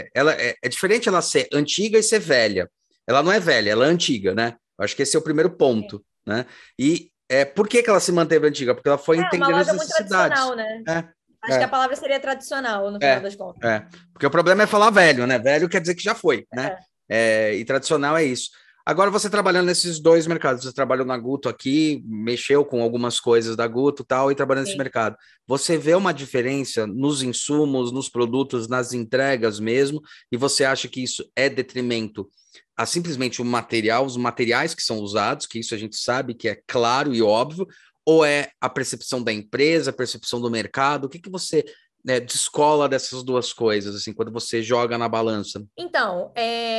S1: é diferente ela ser antiga e ser velha. Ela não é velha, ela é antiga, né? Eu acho que esse é o primeiro ponto, né? E por que ela se manteve antiga? Porque ela foi entendendo as necessidades.
S2: Uma loja muito tradicional, né? Acho que a palavra seria tradicional, no final das contas.
S1: Porque o problema é falar velho, né? Velho quer dizer que já foi, né? E tradicional é isso. Agora, você trabalhando nesses dois mercados, você trabalhou na Guto aqui, mexeu com algumas coisas da Guto e tal, e trabalhando nesse mercado. Você vê uma diferença nos insumos, nos produtos, nas entregas mesmo, e você acha que isso é detrimento a simplesmente o material, os materiais que são usados, que isso a gente sabe que é claro e óbvio, ou é a percepção da empresa, a percepção do mercado? O que você descola dessas duas coisas, assim, quando você joga na balança?
S2: Então,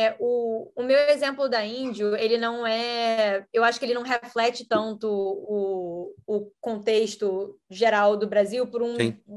S2: o meu exemplo da Índio, ele não eu acho que ele não reflete tanto o contexto geral do Brasil por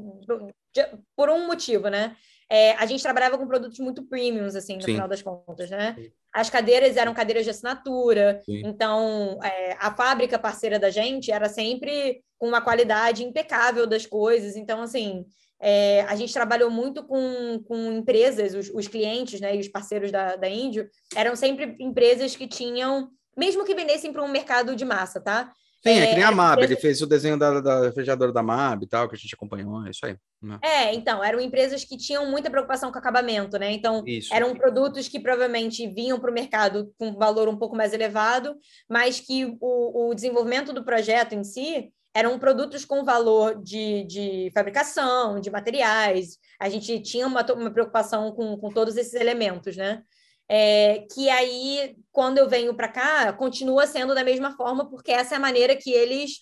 S2: um motivo, né? A gente trabalhava com produtos muito premiums, assim, no final das contas, né? As cadeiras eram cadeiras de assinatura, então a fábrica parceira da gente era sempre com uma qualidade impecável das coisas, então, assim, a gente trabalhou muito com empresas, os clientes, né, e os parceiros da Índio, eram sempre empresas que tinham, mesmo que vendessem para um mercado de massa, tá?
S1: Sim, que nem a MAB, ele fez o desenho da refrigeradora da MAB e tal, que a gente acompanhou, é isso aí. Né?
S2: Então, eram empresas que tinham muita preocupação com acabamento, né? Então, eram produtos que provavelmente vinham para o mercado com valor um pouco mais elevado, mas que o desenvolvimento do projeto em si eram produtos com valor de fabricação, de materiais. A gente tinha uma preocupação com todos esses elementos, né? Que aí, quando eu venho para cá, continua sendo da mesma forma, porque essa é a maneira que eles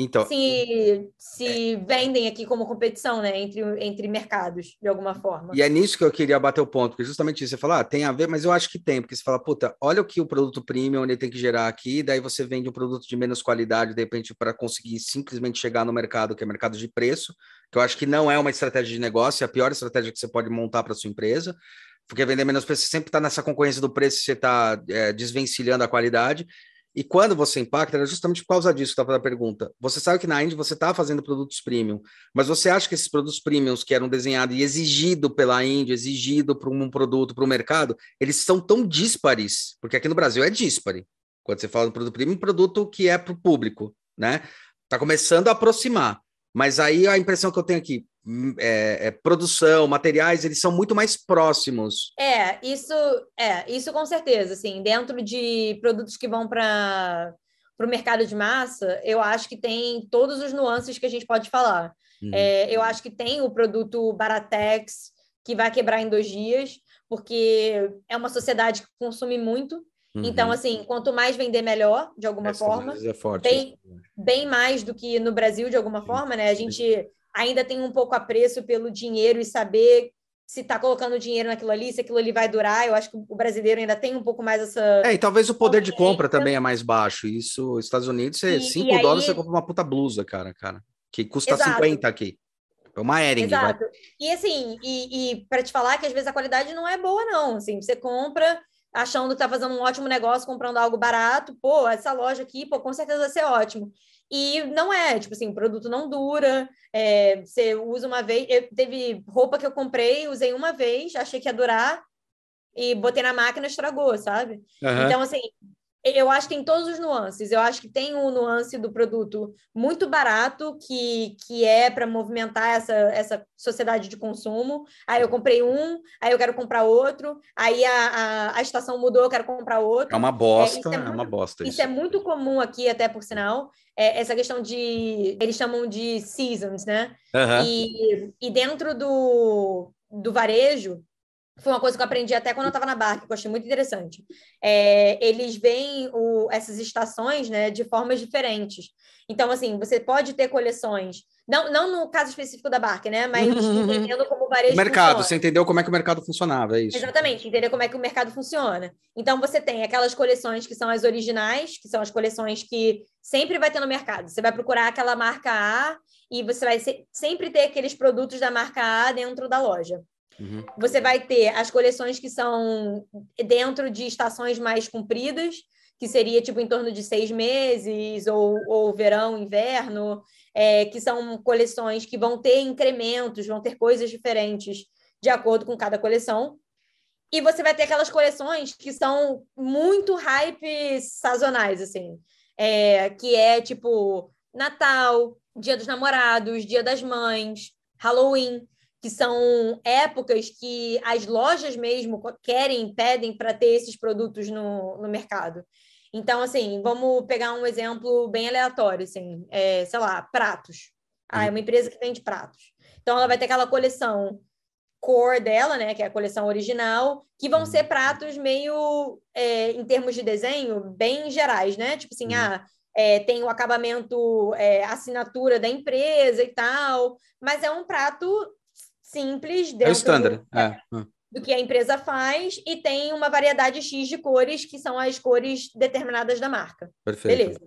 S2: se vendem aqui como competição, né? Entre mercados, de alguma forma.
S1: E é nisso que eu queria bater o ponto, porque justamente isso, você fala, tem a ver, mas eu acho que tem, porque você fala, puta, olha o que o produto premium ele tem que gerar aqui, daí você vende um produto de menos qualidade, de repente, para conseguir simplesmente chegar no mercado, que é mercado de preço, que eu acho que não é uma estratégia de negócio, é a pior estratégia que você pode montar para sua empresa, porque vender menos preço, você sempre está nessa concorrência do preço, você está desvencilhando a qualidade. E quando você impacta, era justamente por causa disso que estava a pergunta. Você sabe que na Índia você está fazendo produtos premium, mas você acha que esses produtos premiums que eram desenhados e exigidos pela Índia, exigido para um produto, para o mercado, eles são tão díspares, porque aqui no Brasil é díspare. Quando você fala de produto premium, produto que é para o público, né? Está começando a aproximar. Mas aí a impressão que eu tenho aqui, produção, materiais, eles são muito mais próximos.
S2: Isso com certeza, assim, dentro de produtos que vão para para o mercado de massa, eu acho que tem todos os nuances que a gente pode falar. Eu acho que tem o produto Baratex, que vai quebrar em 2 dias, porque é uma sociedade que consome muito. Então, assim, quanto mais vender, melhor, de alguma forma.
S1: É forte.
S2: Bem mais do que no Brasil, de alguma forma, né? A gente ainda tem um pouco apreço pelo dinheiro e saber se está colocando dinheiro naquilo ali, se aquilo ali vai durar. Eu acho que o brasileiro ainda tem um pouco mais essa...
S1: E talvez o poder de compra também é mais baixo. Isso, Estados Unidos, $5 você compra uma puta blusa, cara, que custa 50 aqui. É uma Hering,
S2: exato. E assim, para te falar que às vezes a qualidade não é boa, não. Assim, você compra achando que tá fazendo um ótimo negócio, comprando algo barato, pô, essa loja aqui, pô, com certeza vai ser ótimo. E não é, tipo assim, o produto não dura, você usa uma vez, teve roupa que eu comprei, usei uma vez, achei que ia durar, e botei na máquina e estragou, sabe? Então, assim, eu acho que tem todos os nuances. Eu acho que tem o nuance do produto muito barato, que é para movimentar essa sociedade de consumo. Aí eu comprei aí eu quero comprar outro. Aí a estação mudou, eu quero comprar outro.
S1: É uma bosta, é uma bosta
S2: isso. Isso é muito comum aqui, até por sinal. Essa questão eles chamam de seasons, né? E dentro do varejo, foi uma coisa que eu aprendi até quando eu estava na Barca, que eu achei muito interessante. Eles veem essas estações, né, de formas diferentes. Então, assim, você pode ter coleções, não no caso específico da Barca, né, mas entendendo como o varejo
S1: funciona.
S2: Você
S1: entendeu como é que o mercado funcionava, é isso?
S2: Exatamente, entender como é que o mercado funciona. Então, você tem aquelas coleções que são as originais, que são as coleções que sempre vai ter no mercado. Você vai procurar aquela marca A e você vai sempre ter aqueles produtos da marca A dentro da loja. Você vai ter as coleções que são dentro de estações mais compridas, que seria tipo em torno de 6 meses, ou verão, inverno, que são coleções que vão ter incrementos, vão ter coisas diferentes de acordo com cada coleção. E você vai ter aquelas coleções que são muito hype sazonais, assim, que é tipo Natal, Dia dos Namorados, Dia das Mães, Halloween, que são épocas que as lojas mesmo pedem para ter esses produtos no mercado. Então, assim, vamos pegar um exemplo bem aleatório, assim, sei lá, pratos. É uma empresa que vende pratos. Então, ela vai ter aquela coleção core dela, né, que é a coleção original, que vão ser pratos meio, em termos de desenho, bem gerais, né? Tipo assim, tem o acabamento, assinatura da empresa e tal, mas é um prato simples dentro do que a empresa faz e tem uma variedade X de cores, que são as cores determinadas da marca.
S1: Perfeito.
S2: Beleza.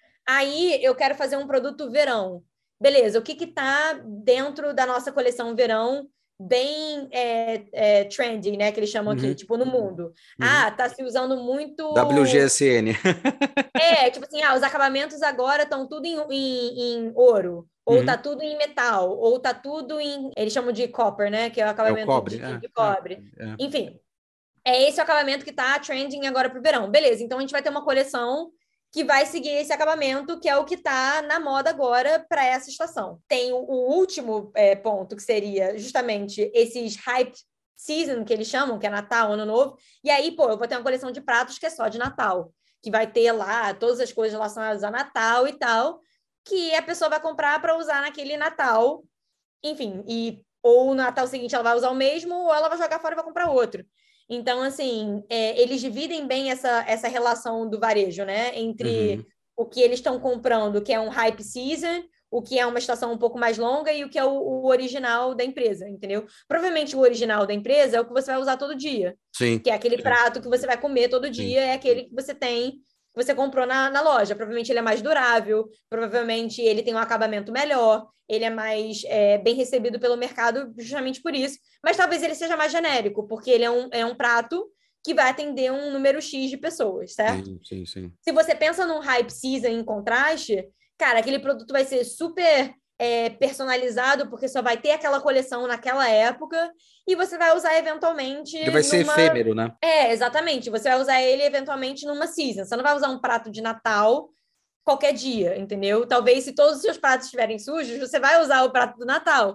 S2: Aí eu quero fazer um produto verão. Beleza, o que está dentro da nossa coleção verão bem trendy, né, que eles chamam aqui, tipo, no mundo. Tá se usando muito...
S1: WGSN.
S2: Tipo assim, os acabamentos agora estão tudo em ouro, ou tá tudo em metal, ou tá tudo em... Eles chamam de copper, né, que é o acabamento de cobre. Enfim, esse o acabamento que tá trending agora pro verão. Beleza, então a gente vai ter uma coleção que vai seguir esse acabamento, que é o que está na moda agora para essa estação. Tem o último ponto, que seria justamente esses hype season, que eles chamam, que é Natal, Ano Novo. E aí, eu vou ter uma coleção de pratos que é só de Natal, que vai ter lá todas as coisas relacionadas a Natal e tal, que a pessoa vai comprar para usar naquele Natal. Enfim, ou no Natal seguinte ela vai usar o mesmo, ou ela vai jogar fora e vai comprar outro. Então, assim, eles dividem bem essa relação do varejo, né? Entre o que eles estão comprando, que é um hype season, o que é uma estação um pouco mais longa e o que é o original da empresa, entendeu? Provavelmente o original da empresa é o que você vai usar todo dia.
S1: Sim.
S2: Que é aquele prato que você vai comer todo dia, é aquele que você tem, que você comprou na loja. Provavelmente ele é mais durável, provavelmente ele tem um acabamento melhor, ele é mais bem recebido pelo mercado justamente por isso. Mas talvez ele seja mais genérico, porque ele é um prato que vai atender um número X de pessoas, certo?
S1: Sim.
S2: Se você pensa num hype season em contraste, cara, aquele produto vai ser super personalizado, porque só vai ter aquela coleção naquela época, e você vai usar eventualmente...
S1: Ele vai ser efêmero, né?
S2: Exatamente. Você vai usar ele eventualmente numa season. Você não vai usar um prato de Natal qualquer dia, entendeu? Talvez se todos os seus pratos estiverem sujos, você vai usar o prato do Natal.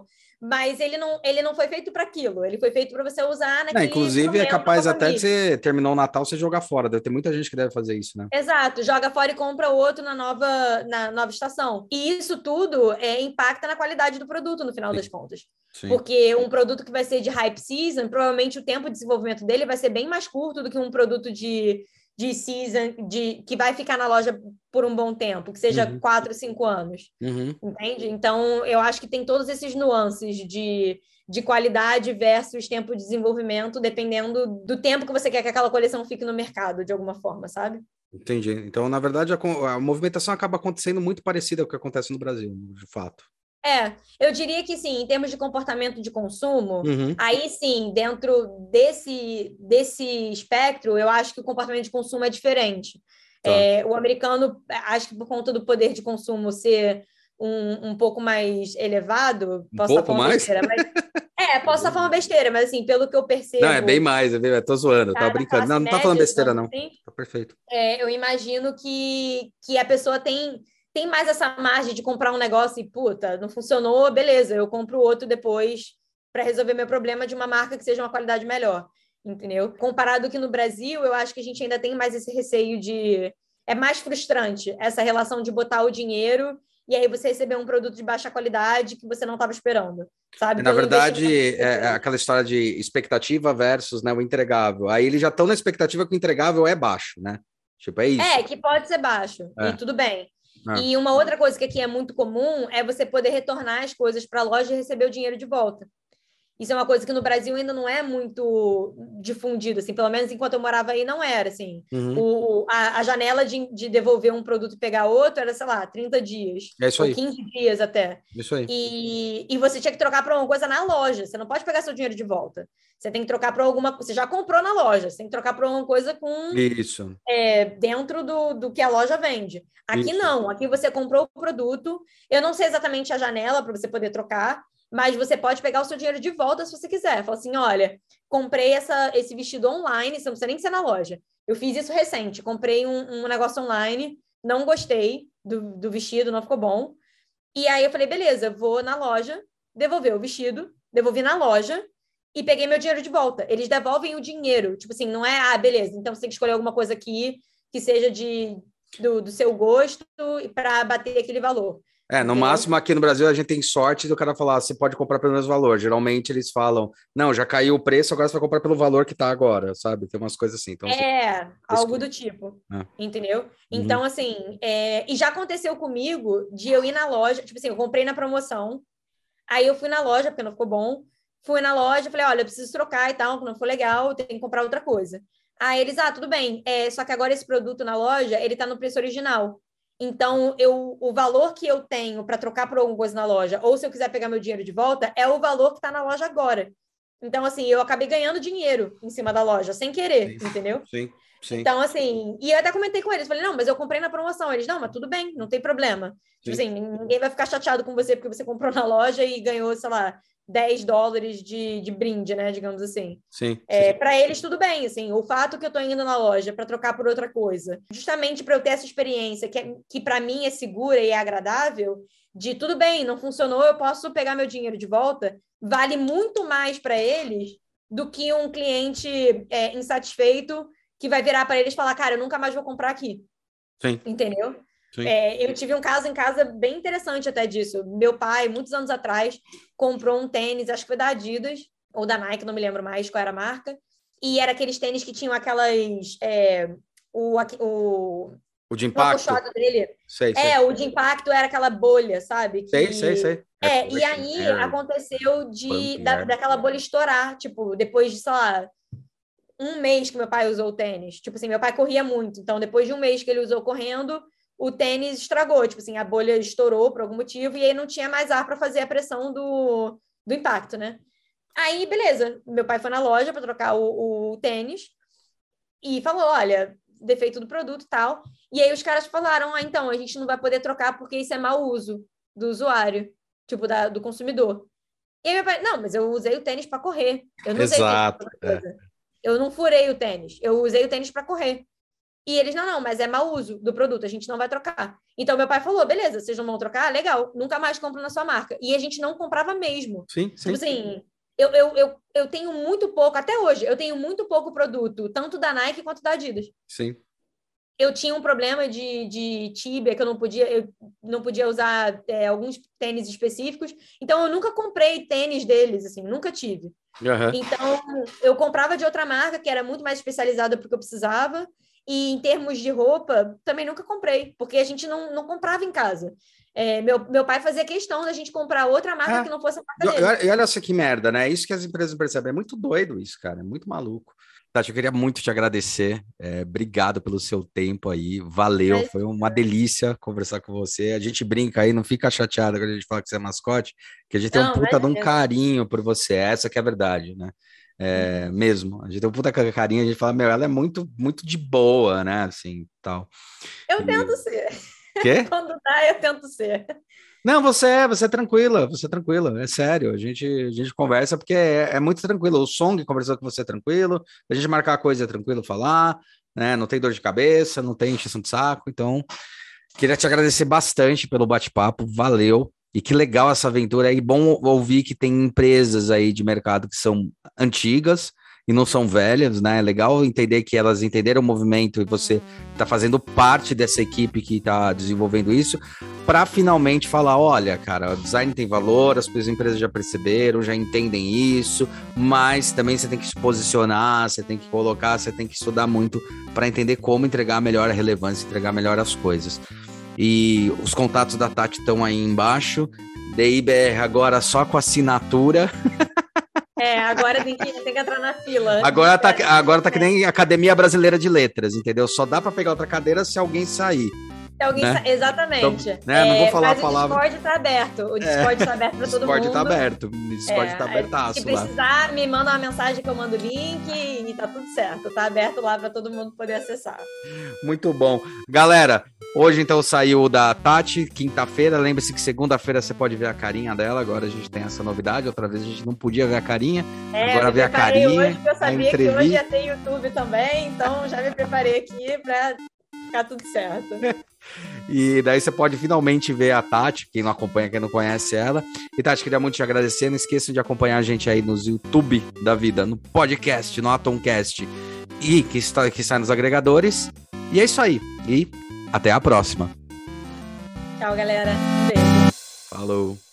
S2: mas ele não foi feito para aquilo. Ele foi feito para você usar naquele
S1: Inclusive, é
S2: momento
S1: capaz
S2: com a
S1: até de
S2: família.
S1: você terminar o Natal, você jogar fora. Deve ter muita gente que deve fazer isso, né?
S2: Exato, joga fora e compra outro na nova estação. E isso tudo impacta na qualidade do produto, no final das contas.
S1: Sim.
S2: Porque um produto que vai ser de hype season, provavelmente o tempo de desenvolvimento dele vai ser bem mais curto do que um produto de season, que vai ficar na loja por um bom tempo, que seja 4, 5 anos. Entende? Então, eu acho que tem todos esses nuances de qualidade versus tempo de desenvolvimento, dependendo do tempo que você quer que aquela coleção fique no mercado, de alguma forma, sabe?
S1: Entendi. Então, na verdade, a movimentação acaba acontecendo muito parecida ao que acontece no Brasil, de fato.
S2: Eu diria que sim, em termos de comportamento de consumo, aí sim, dentro desse espectro, eu acho que o comportamento de consumo é diferente.
S1: Tá.
S2: O americano, acho que por conta do poder de consumo ser um pouco mais elevado, posso estar falando besteira, mas posso estar falando besteira, mas assim, pelo que eu percebo.
S1: Não, é bem mais, tô zoando, tava brincando. Não tá falando besteira, não.
S2: Assim,
S1: tá perfeito.
S2: Eu imagino que a pessoa tem mais essa margem de comprar um negócio e, puta, não funcionou, beleza, eu compro outro depois para resolver meu problema de uma marca que seja uma qualidade melhor, entendeu? Comparado que no Brasil, eu acho que a gente ainda tem mais esse receio de... É mais frustrante essa relação de botar o dinheiro e aí você receber um produto de baixa qualidade que você não estava esperando, sabe?
S1: Na verdade, é aquela história de expectativa versus, né, o entregável. Aí eles já estão na expectativa que o entregável é baixo, né? Tipo, é isso.
S2: Que pode ser baixo, e tudo bem. E uma outra coisa que aqui é muito comum é você poder retornar as coisas para a loja e receber o dinheiro de volta. Isso é uma coisa que no Brasil ainda não é muito difundido, assim, pelo menos enquanto eu morava aí não era, assim. A janela de devolver um produto e pegar outro era, sei lá, 30 dias.
S1: É isso
S2: ou
S1: aí.
S2: 15 dias até.
S1: Isso aí.
S2: E você tinha que trocar para uma coisa na loja. Você não pode pegar seu dinheiro de volta. Você tem que trocar para alguma coisa. Você já comprou na loja. Você tem que trocar para uma coisa com...
S1: Isso.
S2: Dentro do que a loja vende. Aqui
S1: Isso.
S2: não. Aqui você comprou o produto. Eu não sei exatamente a janela para você poder trocar, mas você pode pegar o seu dinheiro de volta se você quiser. Fala assim, olha, comprei esse vestido online, você não precisa nem ser na loja. Eu fiz isso recente, comprei um negócio online, não gostei do vestido, não ficou bom. E aí eu falei, beleza, vou na loja, devolver o vestido, devolvi na loja e peguei meu dinheiro de volta. Eles devolvem o dinheiro. Tipo assim, não é, beleza, então você tem que escolher alguma coisa aqui que seja do seu gosto para bater aquele valor.
S1: No
S2: entendeu?
S1: máximo aqui no Brasil a gente tem sorte do cara falar, você pode comprar pelo mesmo valor. Geralmente eles falam, não, já caiu o preço, agora você vai comprar pelo valor que tá agora, sabe? Tem umas coisas assim. Então,
S2: algo do tipo, entendeu? Então, assim, e já aconteceu comigo de eu ir na loja, tipo assim, eu comprei na promoção, aí eu fui na loja, porque não ficou bom, fui na loja, falei, olha, eu preciso trocar e tal, não ficou legal, tem que comprar outra coisa. Aí eles, tudo bem, só que agora esse produto na loja, ele tá no preço original. Então, o valor que eu tenho para trocar por alguma coisa na loja, ou se eu quiser pegar meu dinheiro de volta, é o valor que está na loja agora. Então, assim, eu acabei ganhando dinheiro em cima da loja, sem querer, entendeu?
S1: Sim.
S2: Então, assim, e eu até comentei com eles, falei, não, mas eu comprei na promoção. Eles, não, mas tudo bem, não tem problema. Tipo assim, ninguém vai ficar chateado com você porque você comprou na loja e ganhou, sei lá, $10 de brinde, né, digamos assim.
S1: Sim.
S2: Para eles, tudo bem, assim, o fato que eu tô indo na loja para trocar por outra coisa, justamente para eu ter essa experiência que para mim é segura e é agradável, de tudo bem, não funcionou, eu posso pegar meu dinheiro de volta, vale muito mais para eles do que um cliente insatisfeito que vai virar para eles e falar, cara, eu nunca mais vou comprar aqui.
S1: Sim.
S2: Entendeu?
S1: Sim.
S2: Eu tive um caso em casa bem interessante até disso. Meu pai, muitos anos atrás, comprou um tênis, acho que foi da Adidas, ou da Nike, não me lembro mais qual era a marca, e era aqueles tênis que tinham aquelas...
S1: O de impacto?
S2: O acolchoado dele.
S1: Sei.
S2: O de impacto era aquela bolha, sabe?
S1: Sei.
S2: E aí aconteceu daquela bolha estourar, tipo, depois de, sei lá, um mês que meu pai usou o tênis. Tipo assim, meu pai corria muito. Então, depois de um mês que ele usou correndo, o tênis estragou. Tipo assim, a bolha estourou por algum motivo e aí não tinha mais ar para fazer a pressão do impacto, né? Aí, beleza. Meu pai foi na loja para trocar o tênis e falou, olha, defeito do produto e tal. E aí os caras falaram, então, a gente não vai poder trocar porque isso é mau uso do usuário, tipo, do consumidor. E aí meu pai, não, mas eu usei o tênis para correr. Eu não usei o tênis pra outra coisa. Eu não furei o tênis. Eu usei o tênis para correr. E eles, não, mas é mau uso do produto, a gente não vai trocar. Então, meu pai falou, beleza, vocês não vão trocar? Legal, nunca mais compro na sua marca. E a gente não comprava mesmo.
S1: Sim.
S2: Tipo assim, eu tenho muito pouco, até hoje, eu tenho muito pouco produto, tanto da Nike quanto da Adidas.
S1: Sim.
S2: Eu tinha um problema de tíbia, que eu não podia usar alguns tênis específicos, então eu nunca comprei tênis deles, assim, nunca tive.
S1: Uhum.
S2: Então, eu comprava de outra marca, que era muito mais especializada para o que eu precisava, e em termos de roupa, também nunca comprei, porque a gente não comprava em casa. Meu pai fazia questão da gente comprar outra marca que não fosse a marca dele.
S1: E olha só que merda, né? Isso que as empresas percebem. É muito doido isso, cara. É muito maluco. Tati, eu queria muito te agradecer. Obrigado pelo seu tempo aí. Valeu. Foi uma delícia conversar com você. A gente brinca aí, não fica chateada quando a gente fala que você é mascote, que a gente tem um puta de um carinho por você. Essa que é a verdade, né? Mesmo. A gente tem um puta carinho, a gente fala, ela é muito, muito de boa, né? Assim, tal.
S2: Eu tento ser.
S1: Quê?
S2: Quando dá, eu tento ser.
S1: Não, você é tranquila, é sério, a gente conversa porque é muito tranquilo, o Song conversou com você é tranquilo, a gente marcar a coisa é tranquilo falar, né, não tem dor de cabeça, não tem encheção de saco, então queria te agradecer bastante pelo bate-papo, valeu, e que legal essa aventura aí, bom ouvir que tem empresas aí de mercado que são antigas e não são velhas, né? É legal entender que elas entenderam o movimento e você está fazendo parte dessa equipe que está desenvolvendo isso, para finalmente falar, olha, cara, o design tem valor, as empresas já perceberam, já entendem isso, mas também você tem que se posicionar, você tem que colocar, você tem que estudar muito para entender como entregar melhor a relevância, entregar melhor as coisas. E os contatos da Tati estão aí embaixo, DIBR agora só com assinatura.
S2: Agora tem que entrar na fila.
S1: Agora tá que nem Academia Brasileira de Letras, entendeu? Só dá para pegar outra cadeira se alguém sair.
S2: Exatamente.
S1: Então, não vou falar a palavra.
S2: O Discord tá aberto. O Discord tá aberto para todo mundo.
S1: O Discord tá abertaço.
S2: Se precisar, me manda uma mensagem que eu mando o link e tá tudo certo. Tá aberto lá para todo mundo poder acessar.
S1: Muito bom. Galera, hoje então saiu o da Tati, quinta-feira. Lembre-se que segunda-feira você pode ver a carinha dela. Agora a gente tem essa novidade. Outra vez a gente não podia ver a carinha. Agora ver a carinha.
S2: Hoje, porque eu sabia que hoje ia ter YouTube também. Então já me preparei aqui para ficar tudo certo.
S1: E daí você pode finalmente ver a Tati, quem não acompanha, quem não conhece ela. E Tati, queria muito te agradecer. Não esqueçam de acompanhar a gente aí nos YouTube da vida, no podcast, no Atomcast e que sai nos agregadores. E é isso aí. E até a próxima.
S2: Tchau, galera. Beijo.
S1: Falou.